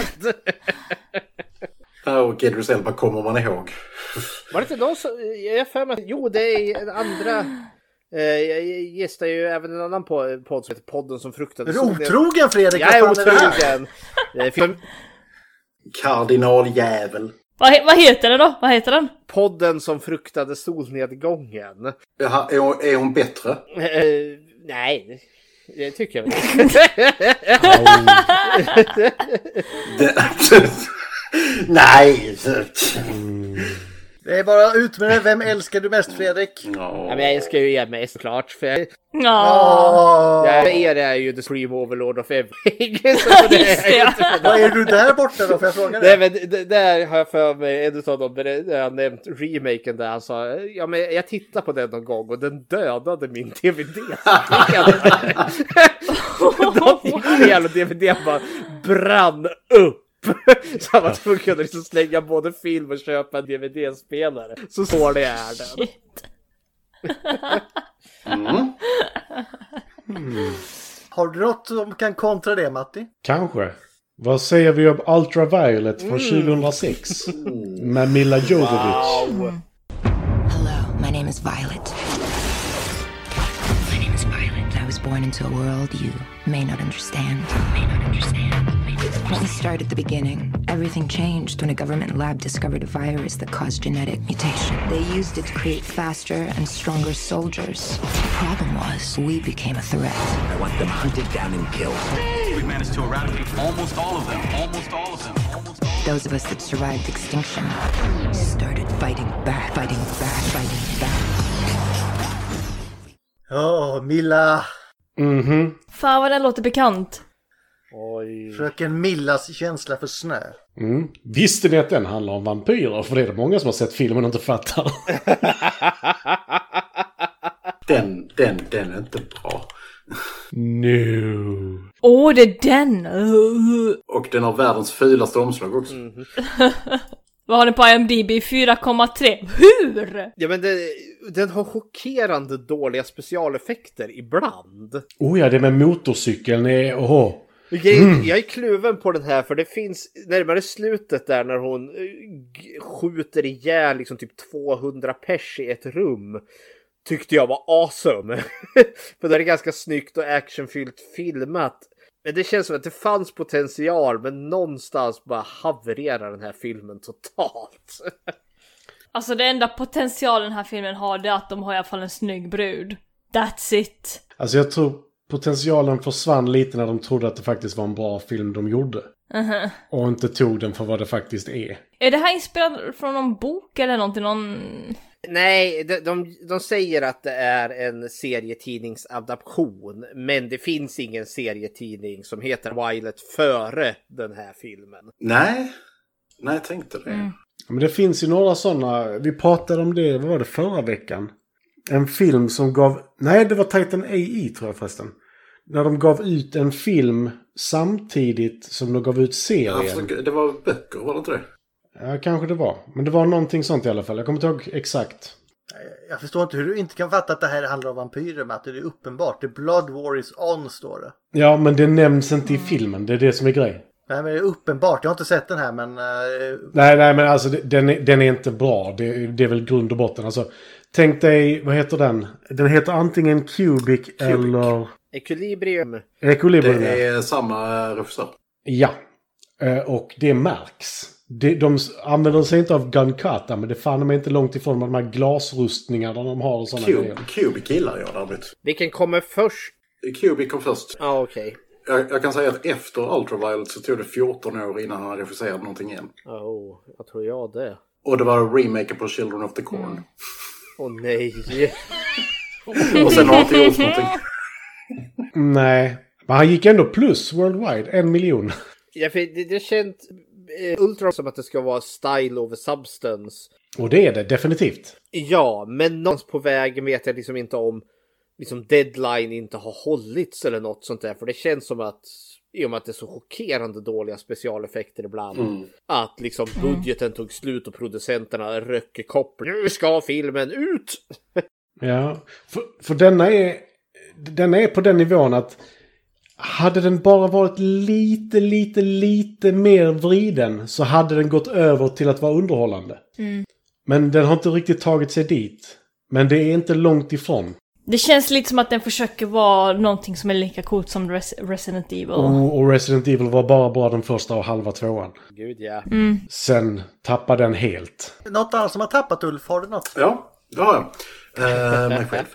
Och Idris Elba kommer man ihåg. Var det inte någon som... Jag för mig... Jo, det är en andra... Jag gästar ju även en annan podd som heter Podden som fruktade. Är du otrogen, Fredrik? Jag är otrogen. Kardinaljävel. Vad heter det då? Vad heter den? Podden som fruktade solnedgången. Jaha, är hon bättre? Nej, det tycker jag inte. Nej. Det är bara ut med det. Vem älskar du mest, Fredrik? Ja, men jag älskar ju mest såklart. För jag är ju The Supreme Overlord of Everything. Vad är du där borta då? Får jag fråga det? Nej, men där har jag för mig en av dem där jag nämnt remaken där han sa, ja men jag tittar på den någon gång och den dödade min DVD. Hela DVD bara brann upp. Så man kunde liksom slänga både film och köpa en DVD-spelare. Så det är den. Har du något som kan kontra det, Matti? Kanske. Vad säger vi om Ultraviolet från 2006? Med Mila Jovovich. Hello, my name is Violet. My name is Violet. I was born into a world you may not understand. Let me start at the beginning. Everything changed when a government lab discovered a virus that caused genetic mutation. They used it to create faster and stronger soldiers. The problem was, we became a threat. I want them hunted down and killed. We managed to eradicate almost all of them. Those of us that survived extinction started fighting back. Milla. Fan vad den låter bekant. Oj. Fröken Millas känsla för snö. Visste ni att den handlar om vampyrer? För det är det många som har sett filmen och inte fattar. Den är inte bra. No. Det är den. Och den har världens fulaste omslag också. Vad har den på IMDb? 4,3. Hur? Ja, men den har chockerande dåliga specialeffekter ibland. Ja, det med motorcykeln är... Jag är kluven på den här, för det finns närmare slutet där när hon skjuter ihjäl liksom typ 200 pers i ett rum. Tyckte jag var awesome. För det är ganska snyggt och actionfyllt filmat. Men det känns som att det fanns potential, men någonstans bara havererar den här filmen totalt. Alltså det enda potential den här filmen har, det är att de har i alla fall en snygg brud. That's it. Alltså jag tror potentialen försvann lite när de trodde att det faktiskt var en bra film de gjorde. Och inte tog den för vad det faktiskt är. Är det här inspelat från någon bok eller någonting? Nej, de säger att det är en serietidningsadaption. Men det finns ingen serietidning som heter Violet före den här filmen. Nej, jag tänkte det. Men det finns ju några sådana. Vi pratade om det, vad var det, förra veckan? En film som gav... Nej, det var Titan AI tror jag förresten. När de gav ut en film samtidigt som de gav ut serien. Ja, det var böcker, var det inte det? Ja, kanske det var. Men det var någonting sånt i alla fall. Jag kommer inte ihåg exakt. Jag förstår inte hur du inte kan fatta att det här handlar om vampyrer, med att det är uppenbart. The Blood War is on, står det. Ja, men det nämns inte i filmen. Det är det som är grej. Nej, men det är uppenbart. Jag har inte sett den här, men... Nej, men alltså den är inte bra. Det är väl grund och botten. Alltså, tänk dig, vad heter den? Den heter antingen Cubic. Eller... Equilibrium. Equilibrium, det är samma regissör. Ja. Och det märks. De använder sig inte av Gunkata, men det fann mig inte långt ifrån de här glasrustningarna de har och sådana grejer. Cubic gillar jag däremot. Vilken kommer först? Cubic kom först. Ja, okej. Jag kan säga att efter Ultraviolet så tog det 14 år innan han regisserade någonting igen. Jag tror jag det. Och det var remake på Children of the Corn. Nej. Och sen har han inte gjort någonting. Nej, men han gick ändå plus worldwide, 1 miljon. Ja, för det känns ultra som att det ska vara style over substance. Och det är det, definitivt. Ja, men någonstans på vägen vet jag liksom inte om liksom deadline inte har hållits eller något sånt där. För det känns som att, i och med att det är så chockerande dåliga specialeffekter ibland, att liksom budgeten tog slut och producenterna röcker koppel. Nu ska filmen ut! Ja, för denna är på den nivån att hade den bara varit lite mer vriden så hade den gått över till att vara underhållande. Men den har inte riktigt tagit sig dit. Men det är inte långt ifrån. Det känns lite som att den försöker vara någonting som är lika coolt som Resident Evil. Och Resident Evil var bara bra den första och halva tvåan. Gud, ja. Sen tappade den helt. Något annat som har tappat, Ulf? Har du något? Ja, det har jag. Mig själv.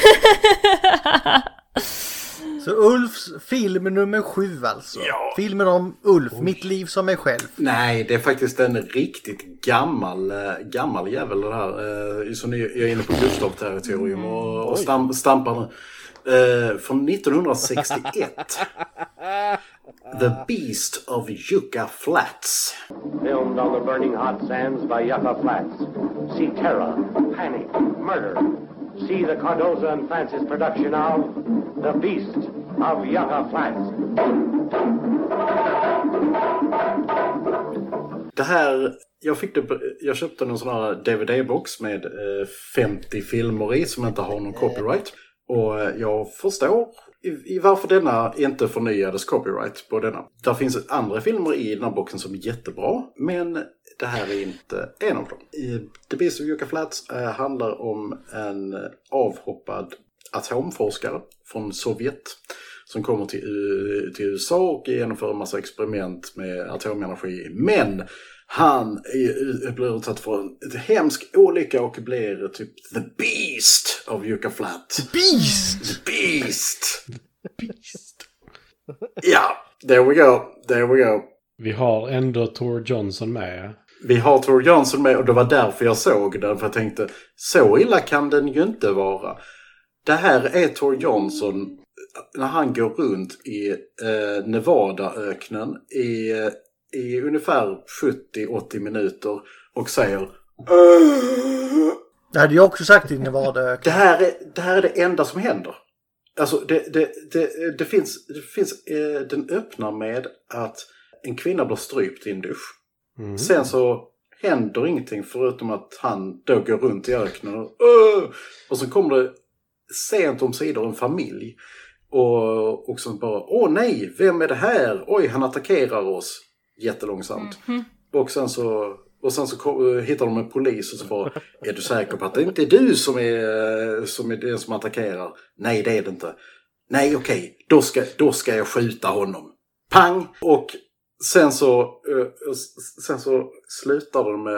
Så Ulfs film nummer 7 alltså. Ja. Filmen om Ulf, mitt liv som mig själv. Nej, det är faktiskt en riktigt gammal jävel det här. Så nu är jag inne på Gustav-territorium och stampar nu. Från 1961. The Beast of Yucca Flats. Filmed on the burning hot sands by Yucca Flats. See terror, panic, murder. See the Cardoza and Francis production of The Beast of Yucca Flats. Det här, jag köpte en sån här DVD-box med 50 filmer i som inte har någon copyright. Och jag förstår i varför denna inte förnyades copyright på denna. Där finns andra filmer i den här boxen som är jättebra, men det här är inte en av dem. The Beast of Yucca Flats handlar om en avhoppad atomforskare från Sovjet som kommer till USA och genomför en massa experiment med atomenergi. Men han blir utsatt för en hemsk olycka och blir typ The Beast of Yucca Flat. The Beast! The Beast! The Beast! Ja, there we go. Vi har ändå Tor Johnson med. Vi har Tor Johnson med och det var därför jag såg den. För jag tänkte, så illa kan den ju inte vara. Det här är Tor Johnson när han går runt i Nevadaöknen i ungefär 70-80 minuter och säger Det hade jag också sagt i Nevadaöknen. Det här är det enda som händer. Alltså det finns den öppnar med att en kvinna blir strypt i en dusch. Sen så händer ingenting förutom att han då går runt i öknen och så kommer det sent om sidor en familj och så bara, åh nej, vem är det här? Oj, han attackerar oss jättelångsamt. Och sen så hittar de en polis och så bara, är du säker på att det inte är du som är den som attackerar? Nej, det är det inte. Nej, okej, då ska jag skjuta honom. Pang! Och sen så slutar de med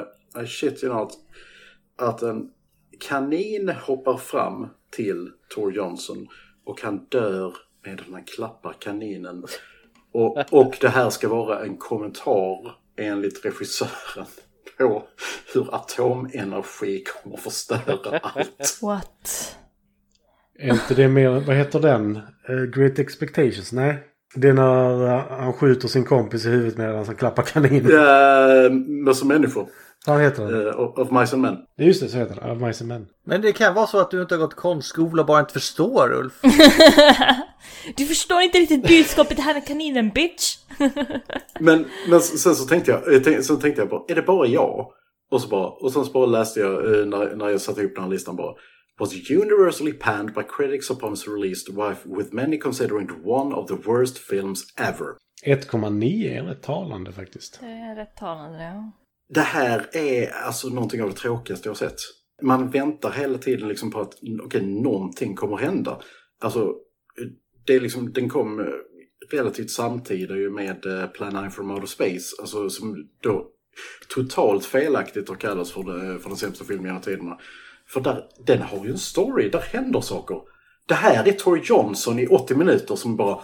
att en kanin hoppar fram till Tor Johnson och han dör medan han klappar kaninen. Och det här ska vara en kommentar enligt regissören på hur atomenergi kommer att förstöra allt. What? Är inte det mer, vad heter den? Great Expectations? Nej. Det är när han skjuter sin kompis i huvudet medan han klappar kaninen. Med som människor. Vad heter den? Of Mice and Men. Just det, så heter den. Of Mice and Men. Men det kan vara så att du inte har gått konstskola och bara inte förstår, Ulf. Du förstår inte riktigt budskapet här med kaninen, bitch. men sen så tänkte jag bara, är det bara jag? Och sen så bara läste jag när jag satte ihop den här listan bara. Was universally panned by critics upon its release, with many considering it one of the worst films ever. 1,9 är rätt talande faktiskt. Det är rätt talande, ja. Det här är alltså någonting av det tråkigaste jag har sett. Man väntar hela tiden liksom på att någonting kommer hända. Alltså, det är liksom, den kom relativt samtidigt med Plan 9 from Outer Space. Alltså, som då totalt felaktigt har kallats för den sämsta filmen genom tiderna. För den har ju en story, där händer saker. Det här är Tori Johnson i 80 minuter som bara...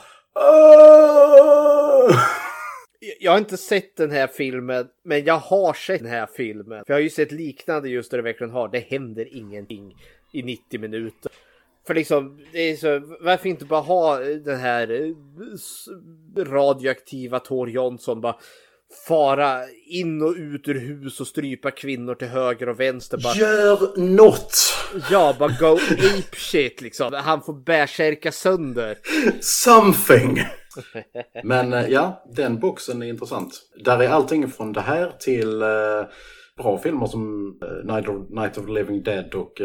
Jag har inte sett den här filmen, men jag har sett den här filmen. För jag har ju sett liknande just där det verkligen har. Det händer ingenting i 90 minuter. För liksom, det är så, varför inte bara ha den här radioaktiva Tor Johnson bara fara in och ut ur hus och strypa kvinnor till höger och vänster. Bara, gör något! Ja, bara go ape shit liksom. Han får bärsärka sönder. Something! Men ja, den boxen är intressant. Där är allting från det här till bra filmer som Night of the Living Dead och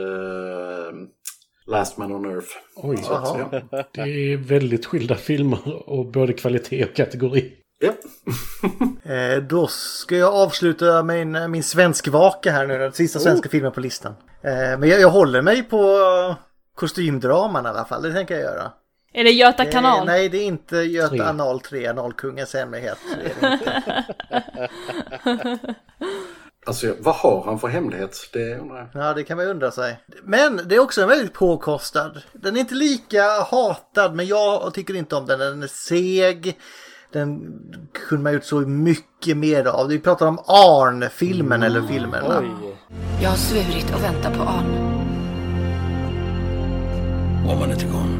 Last Man on Earth. Oj, så, ja. Det är väldigt skilda filmer och både kvalitet och kategori. Ja. Då ska jag avsluta min svensk vaka här nu, den sista svenska filmen på listan. Men jag håller mig på kostymdraman i alla fall, det tänker jag göra. Är det Göta kanal? Nej, det är inte Göta anal 3, analkungens hemlighet. Det är det inte. Alltså, vad har han för hemlighet? Det undrar jag. Ja, det kan man undra sig. Men det är också en väldigt påkostad. Den är inte lika hatad, men jag tycker inte om den. Den är seg. Den kunde man gjort så mycket mer av. Vi pratar om Arn-filmen eller filmerna. Oj. Jag har svurit och väntar på Arn. Om man inte går.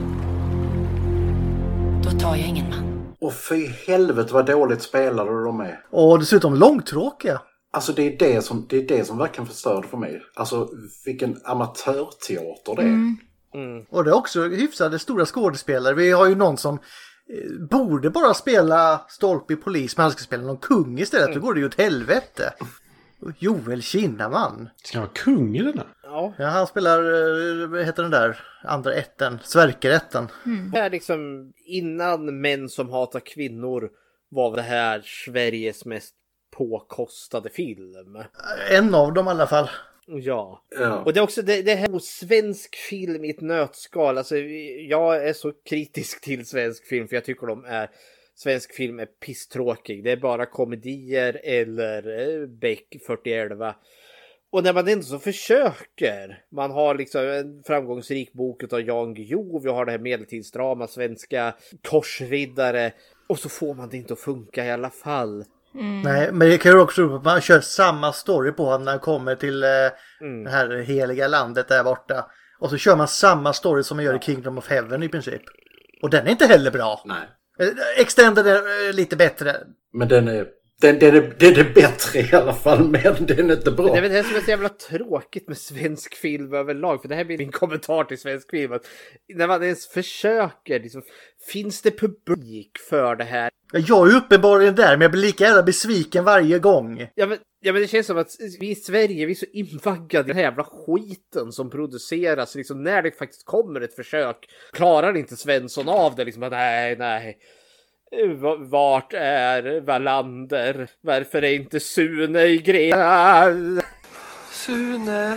Då tar jag ingen man. Och fy helvete vad dåligt spelade de är. Och dessutom långtråkiga. Alltså det är det som verkligen förstörde för mig. Alltså vilken amatörteater det är. Och det är också hyfsade stora skådespelare. Vi har ju någon som borde bara spela Stolpe i polis, men han ska spela någon kung istället. Då går det ju åt helvete. Joel Kinnaman. Ska han vara kung i den här? Ja, han spelar, vad heter den där andra ätten? Sverkerätten. Det är liksom innan Män som hatar kvinnor var det här Sveriges mest påkostade film. En av dem i alla fall. Ja. Och det är också det här svensk film i ett nötskal. Alltså, jag är så kritisk till svensk film för jag tycker svensk film är pisstråkig. Det är bara komedier eller Beck 4011. Och när man ändå så försöker, man har liksom en framgångsrik bok av Jan Guillou, vi har det här medeltidsdrama, svenska korsriddare, och så får man det inte att funka i alla fall. Nej, men det kan ju också vara att man kör samma story på honom när han kommer till det här heliga landet där borta. Och så kör man samma story som man gör i Kingdom of Heaven i princip. Och den är inte heller bra. Nej. Extended är lite bättre. Men den är bättre i alla fall, men den är inte bra. Men det är väl det som är så jävla tråkigt med svensk film överlag. För det här blir min kommentar till svensk film. Att när man ens försöker, liksom, finns det publik för det här? Jag är uppenbarligen där, men jag blir lika jävla besviken varje gång. Ja, men det känns som att vi i Sverige, vi är så invaggade i den här jävla skiten som produceras. Liksom, när det faktiskt kommer ett försök, klarar inte Svensson av det. Liksom, nej. Vart är Wallander? Varför är inte Sune i Gren? Sune!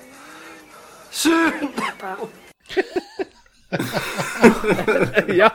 Ja.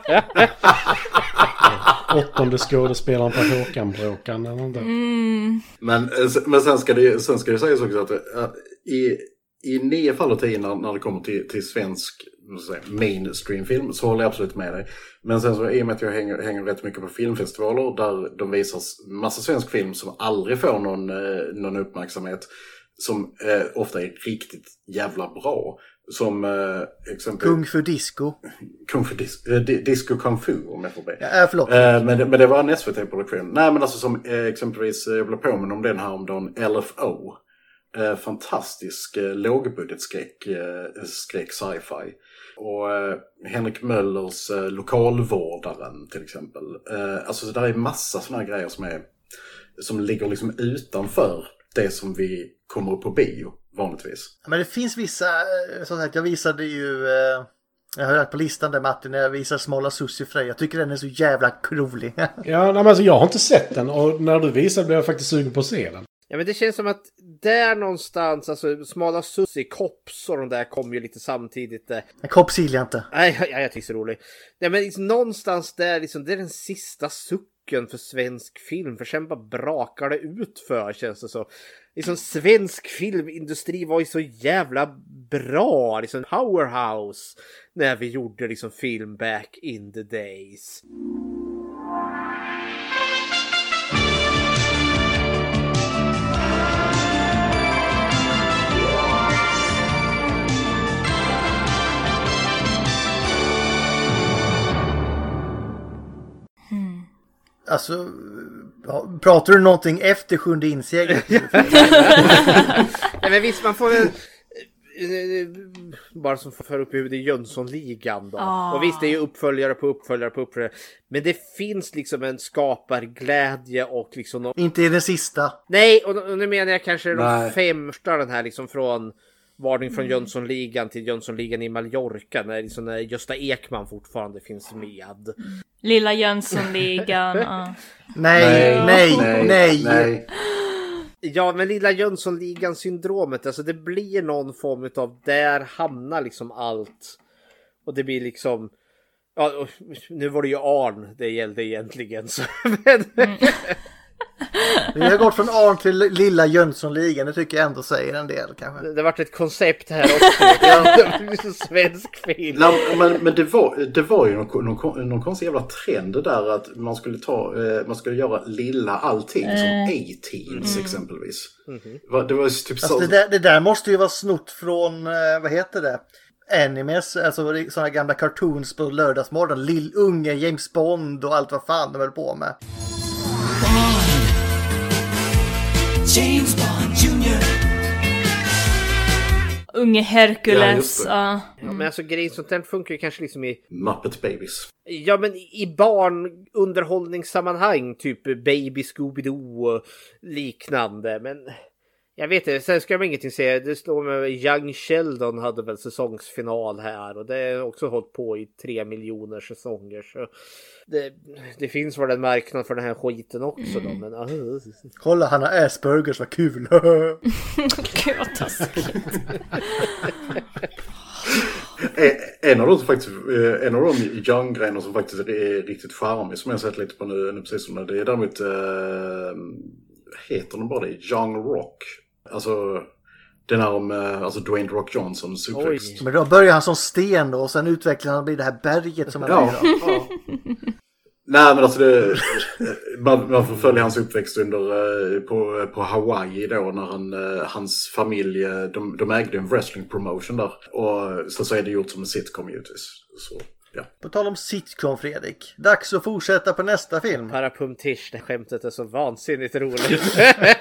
Åttonde skådespelaren på Håkan-bråkan eller något där. Men sen ska det sägas också att i 9 fall av 10 när det kommer till svensk mainstream-film så håller jag absolut med dig. Men sen så i och med att jag hänger rätt mycket på filmfestivaler där de visar massa svensk film som aldrig får någon uppmärksamhet, som ofta är riktigt jävla bra, Som exempel... Kung Fu Disco. Disco Kung Fu om jag får be. Ja, förlåt. Men det var en SVT-produktion. Nej, men alltså som exempelvis, jag blev påminn om den här om dagen, LFO. Fantastisk lågbudgetskräck sci-fi. Och Henrik Möllers Lokalvårdaren till exempel. Alltså det där är massa såna här grejer som ligger liksom utanför det som vi kommer upp på bio vanligtvis. Men det finns vissa, som sagt, jag visade ju, jag har lagt på listan där Martin, när jag visar Smala Sussi Frey. Jag tycker den är så jävla rolig. Ja, men alltså jag har inte sett den och när du visade blev jag faktiskt sugen på att se den. Ja, men det känns som att där någonstans, alltså Smala Sussi, Kops och de där kom ju lite samtidigt. Men Kops gillar jag inte. Nej, jag tycker det är så roligt. Ja, men liksom, någonstans där, liksom, det är den sista sucken för svensk film. För sen bara brakar det ut för, känns det så. Liksom, svensk filmindustri var ju så jävla bra. Liksom, powerhouse när vi gjorde liksom film back in the days. Alltså, pratar du någonting efter sjunde inseglet? Nej, men visst, man får bara som för upp i huvudet Jönssonligan då. Och visst, det är ju uppföljare på uppföljare. Men det finns liksom en skaparglädje och liksom... Inte i den sista. Nej, och nu menar jag kanske de 5 första, den här liksom från... Varning från Jönssonligan till Jönssonligan i Mallorca när Gösta Ekman fortfarande finns med. Lilla Jönssonligan. Nej. Ja, men Lilla Jönssonligan syndromet, alltså det blir någon form av där hamnar liksom allt. Och det blir liksom, ja, nu var det ju Arn det gällde egentligen. Så, men... Vi har gått från Arn till Lilla Jönssonligan, det tycker jag ändå säger en del kanske. Det har varit ett koncept här också. Det var så svensk film. Men det var ju någon konstig jävla trend där att man skulle göra lilla allting som A-Teens exempelvis. Det var typ alltså så... det där måste ju vara snott från, vad heter det? Animes, alltså sådana gamla cartoons på lördagsmorgon. Unge James Bond och allt vad fan de höll på med. James Bond Jr. Unge Hercules. Ja, men alltså grejen sånt där funkar ju kanske liksom i Muppet Babies. Ja, men i barnunderhållningssammanhang, typ Baby Scooby-Doo och liknande. Men jag vet inte, sen ska jag ingenting säga. Det står med Young Sheldon hade väl säsongsfinal här. Och det har också hållit på i 3 miljoner säsonger. Så det finns väl en marknad för den här skiten också då. Men, kolla, han har Aspergers, vad kul. Gud vad taskigt. En av de young-grejerna som faktiskt är riktigt charmig, som jag har sett lite på nu precis som det är däremot heter de bara det, Young Rock. Alltså den här om alltså Dwayne Rock Johnsons uppväxt. Men då börjar han som sten då, och sen utvecklar han blir det här berget som han ja. Nej, men alltså man får följa hans uppväxt på Hawaii då, när hans familj, de ägde en wrestling promotion där. Och så är det gjort som en sitcom givetvis. Så, ja. På tal om sitcom, Fredrik. Dags att fortsätta på nästa film. Parapumtish, det skämtet är så vansinnigt roligt.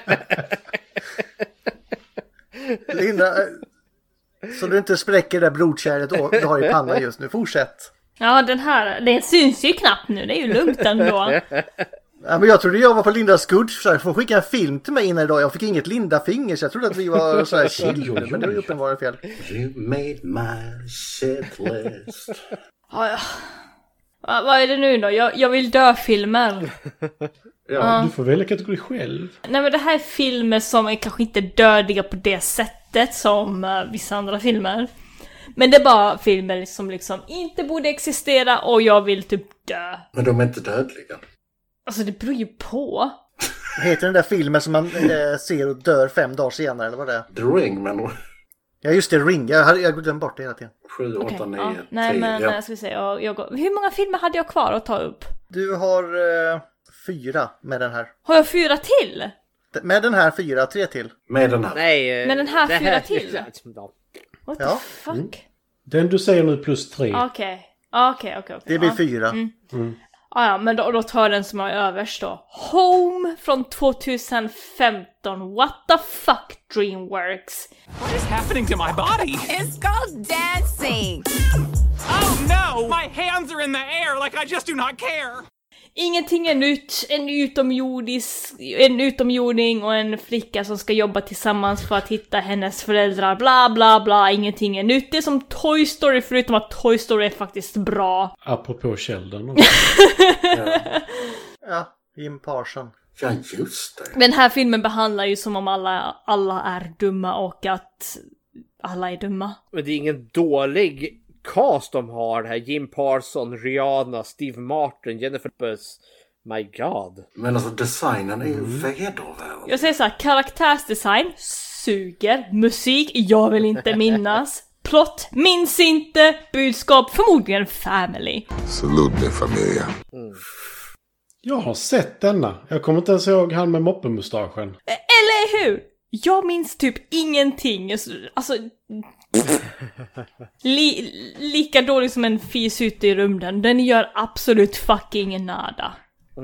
Linda, så du inte spräcker det där blodkärlet du har i pannan just nu. Fortsätt. Ja, det syns ju knappt nu. Det är ju lugnt ändå. Ja, men jag trodde jag var på Lindas Goods. Så får skicka en film till mig innan idag. Jag fick inget Linda-finger, så jag trodde att vi var så här chill. Men det var ju uppenbarligen fel. You made my shit list. Ja. Vad är det nu då? Jag vill dö-filmer. Ja, du får välja kategori själv. Nej, men det här är filmer som är kanske inte dödiga på det sättet som vissa andra filmer. Men det är bara filmer som liksom inte borde existera och jag vill typ dö. Men de är inte dödliga. Alltså det beror ju på. Heter den där filmen som man ser och dör 5 dagar senare, eller vad det är? The Ring, men... Ja, just det, Ring. Jag glömde bort det hela tiden. 7, 8, 9, 10. Nej, men ska vi se. Hur många filmer hade jag kvar att ta upp? Du har 4 med den här. Har jag 4 till? Med den här 4, 3 till. Med den här. Nej, med den här 4 till. What the fuck? Mm. Den du säger nu plus 3. Okej. Det blir 4. Ja, men då tar jag den som är överst då. Home från 2015. What the fuck, DreamWorks? What is happening to my body? It's called dancing. Oh no! My hands are in the air like I just do not care. Ingenting är nytt. En utomjording och en flicka som ska jobba tillsammans för att hitta hennes föräldrar. Bla bla bla. Ingenting är nytt. Det är som Toy Story, förutom att Toy Story är faktiskt bra. Apropå Sheldon. Ja, Jim Parsons. Ja, just det. Den här filmen behandlar ju som om alla är dumma och att alla är dumma. Men det är ingen dålig cast de har här. Jim Parsons, Rihanna, Steve Martin, Jennifer Buss. My God. Men alltså designen är ju vedervärd. Jag säger så här, karaktärsdesign suger. Musik, jag vill inte minnas. Plott, minns inte. Budskap, förmodligen family. Salute mi familia. Jag har sett denna. Jag kommer inte ens ihåg han med moppemustaschen. Eller hur? Jag minns typ ingenting. Alltså... lika dålig som en fis ute i rymden. Den gör absolut fucking nada.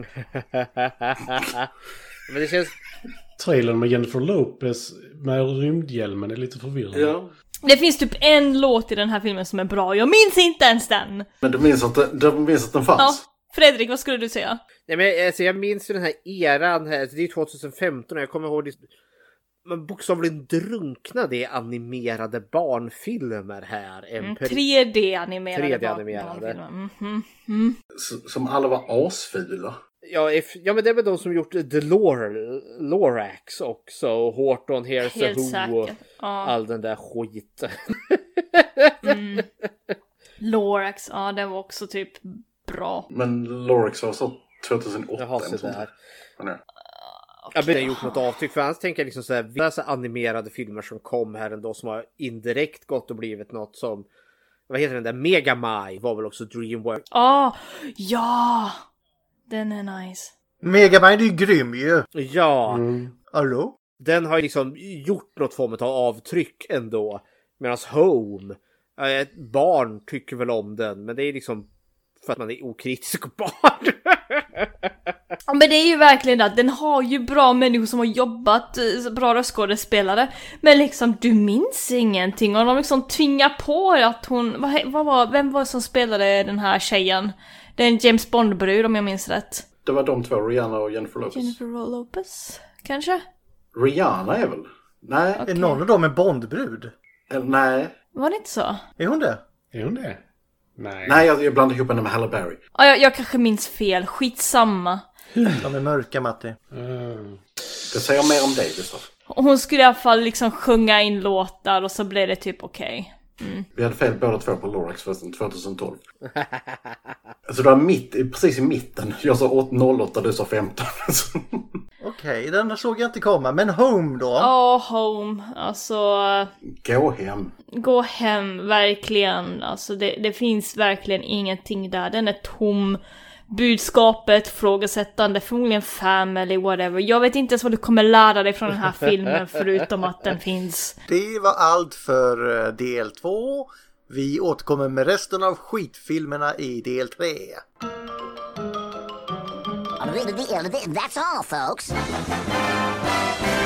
Men det känns... Trailern med Jennifer Lopez med rymdhjälmen är lite förvirrande. Ja. Det finns typ en låt i den här filmen som är bra. Jag minns inte ens den. Men du minns att den fanns? Ja. Fredrik, vad skulle du säga? Nej, men alltså, jag minns ju den här eran här. Det är 2015 och jag kommer ihåg det. Man bokstavligen drunknade i animerade barnfilmer här. 3D-animerade. 3D-animerade. Som alla var asfula. Ja, men det är väl de som gjort The Lorax också. Horton, Hears a Who och all den där skiten. Lorax, ja, den var också typ bra. Men Lorax var så 2008. Jaha, så där. Ja. Jag har gjort något avtryck, för annars tänker jag liksom såhär, vissa animerade filmer som kom här ändå som har indirekt gått och blivit något som, vad heter den där, Megamai var väl också DreamWorks. Ja, den är nice. Megamai är ju grym ju. Ja. Hallå? Den har ju liksom gjort något form av avtryck ändå, medan Home, ett barn tycker väl om den, men det är liksom för att man är okritisk barn. Ja, men det är ju verkligen det. Den har ju bra människor som har jobbat, bra röstskådespelare. Men liksom, du minns ingenting. Och de liksom tvingar på att hon... Vem var det som spelade den här tjejen? Det är en James Bond-brud, om jag minns rätt. Det var de två, Rihanna och Jennifer Lopez. Jennifer Lopez, kanske? Rihanna är väl? Nej. Okay. Är någon av dem en Bond-brud? Nej. Var det inte så? Är hon det? Är hon det? Nej, jag blandar ihop henne med Halle Berry. Ja, jag kanske minns fel. Skitsamma. De är mörka, Matti. Det säger mer om dig, Gustav. Hon skulle i alla fall liksom sjunga in låtar och så blev det typ okej. Vi hade fel båda två på Lorax förresten, 2012. Alltså det var precis i mitten. Jag sa 08, du sa 15. Okej, den såg jag inte komma. Men Home då? Home. Alltså... Gå hem, verkligen. Alltså det finns verkligen ingenting där. Den är tom. Budskapet, frågesättande, förmodligen family, whatever. Jag vet inte ens vad du kommer lära dig från den här filmen förutom att den finns. Det var allt för del 2. Vi återkommer med resten av skitfilmerna i del 3. That's all, folks.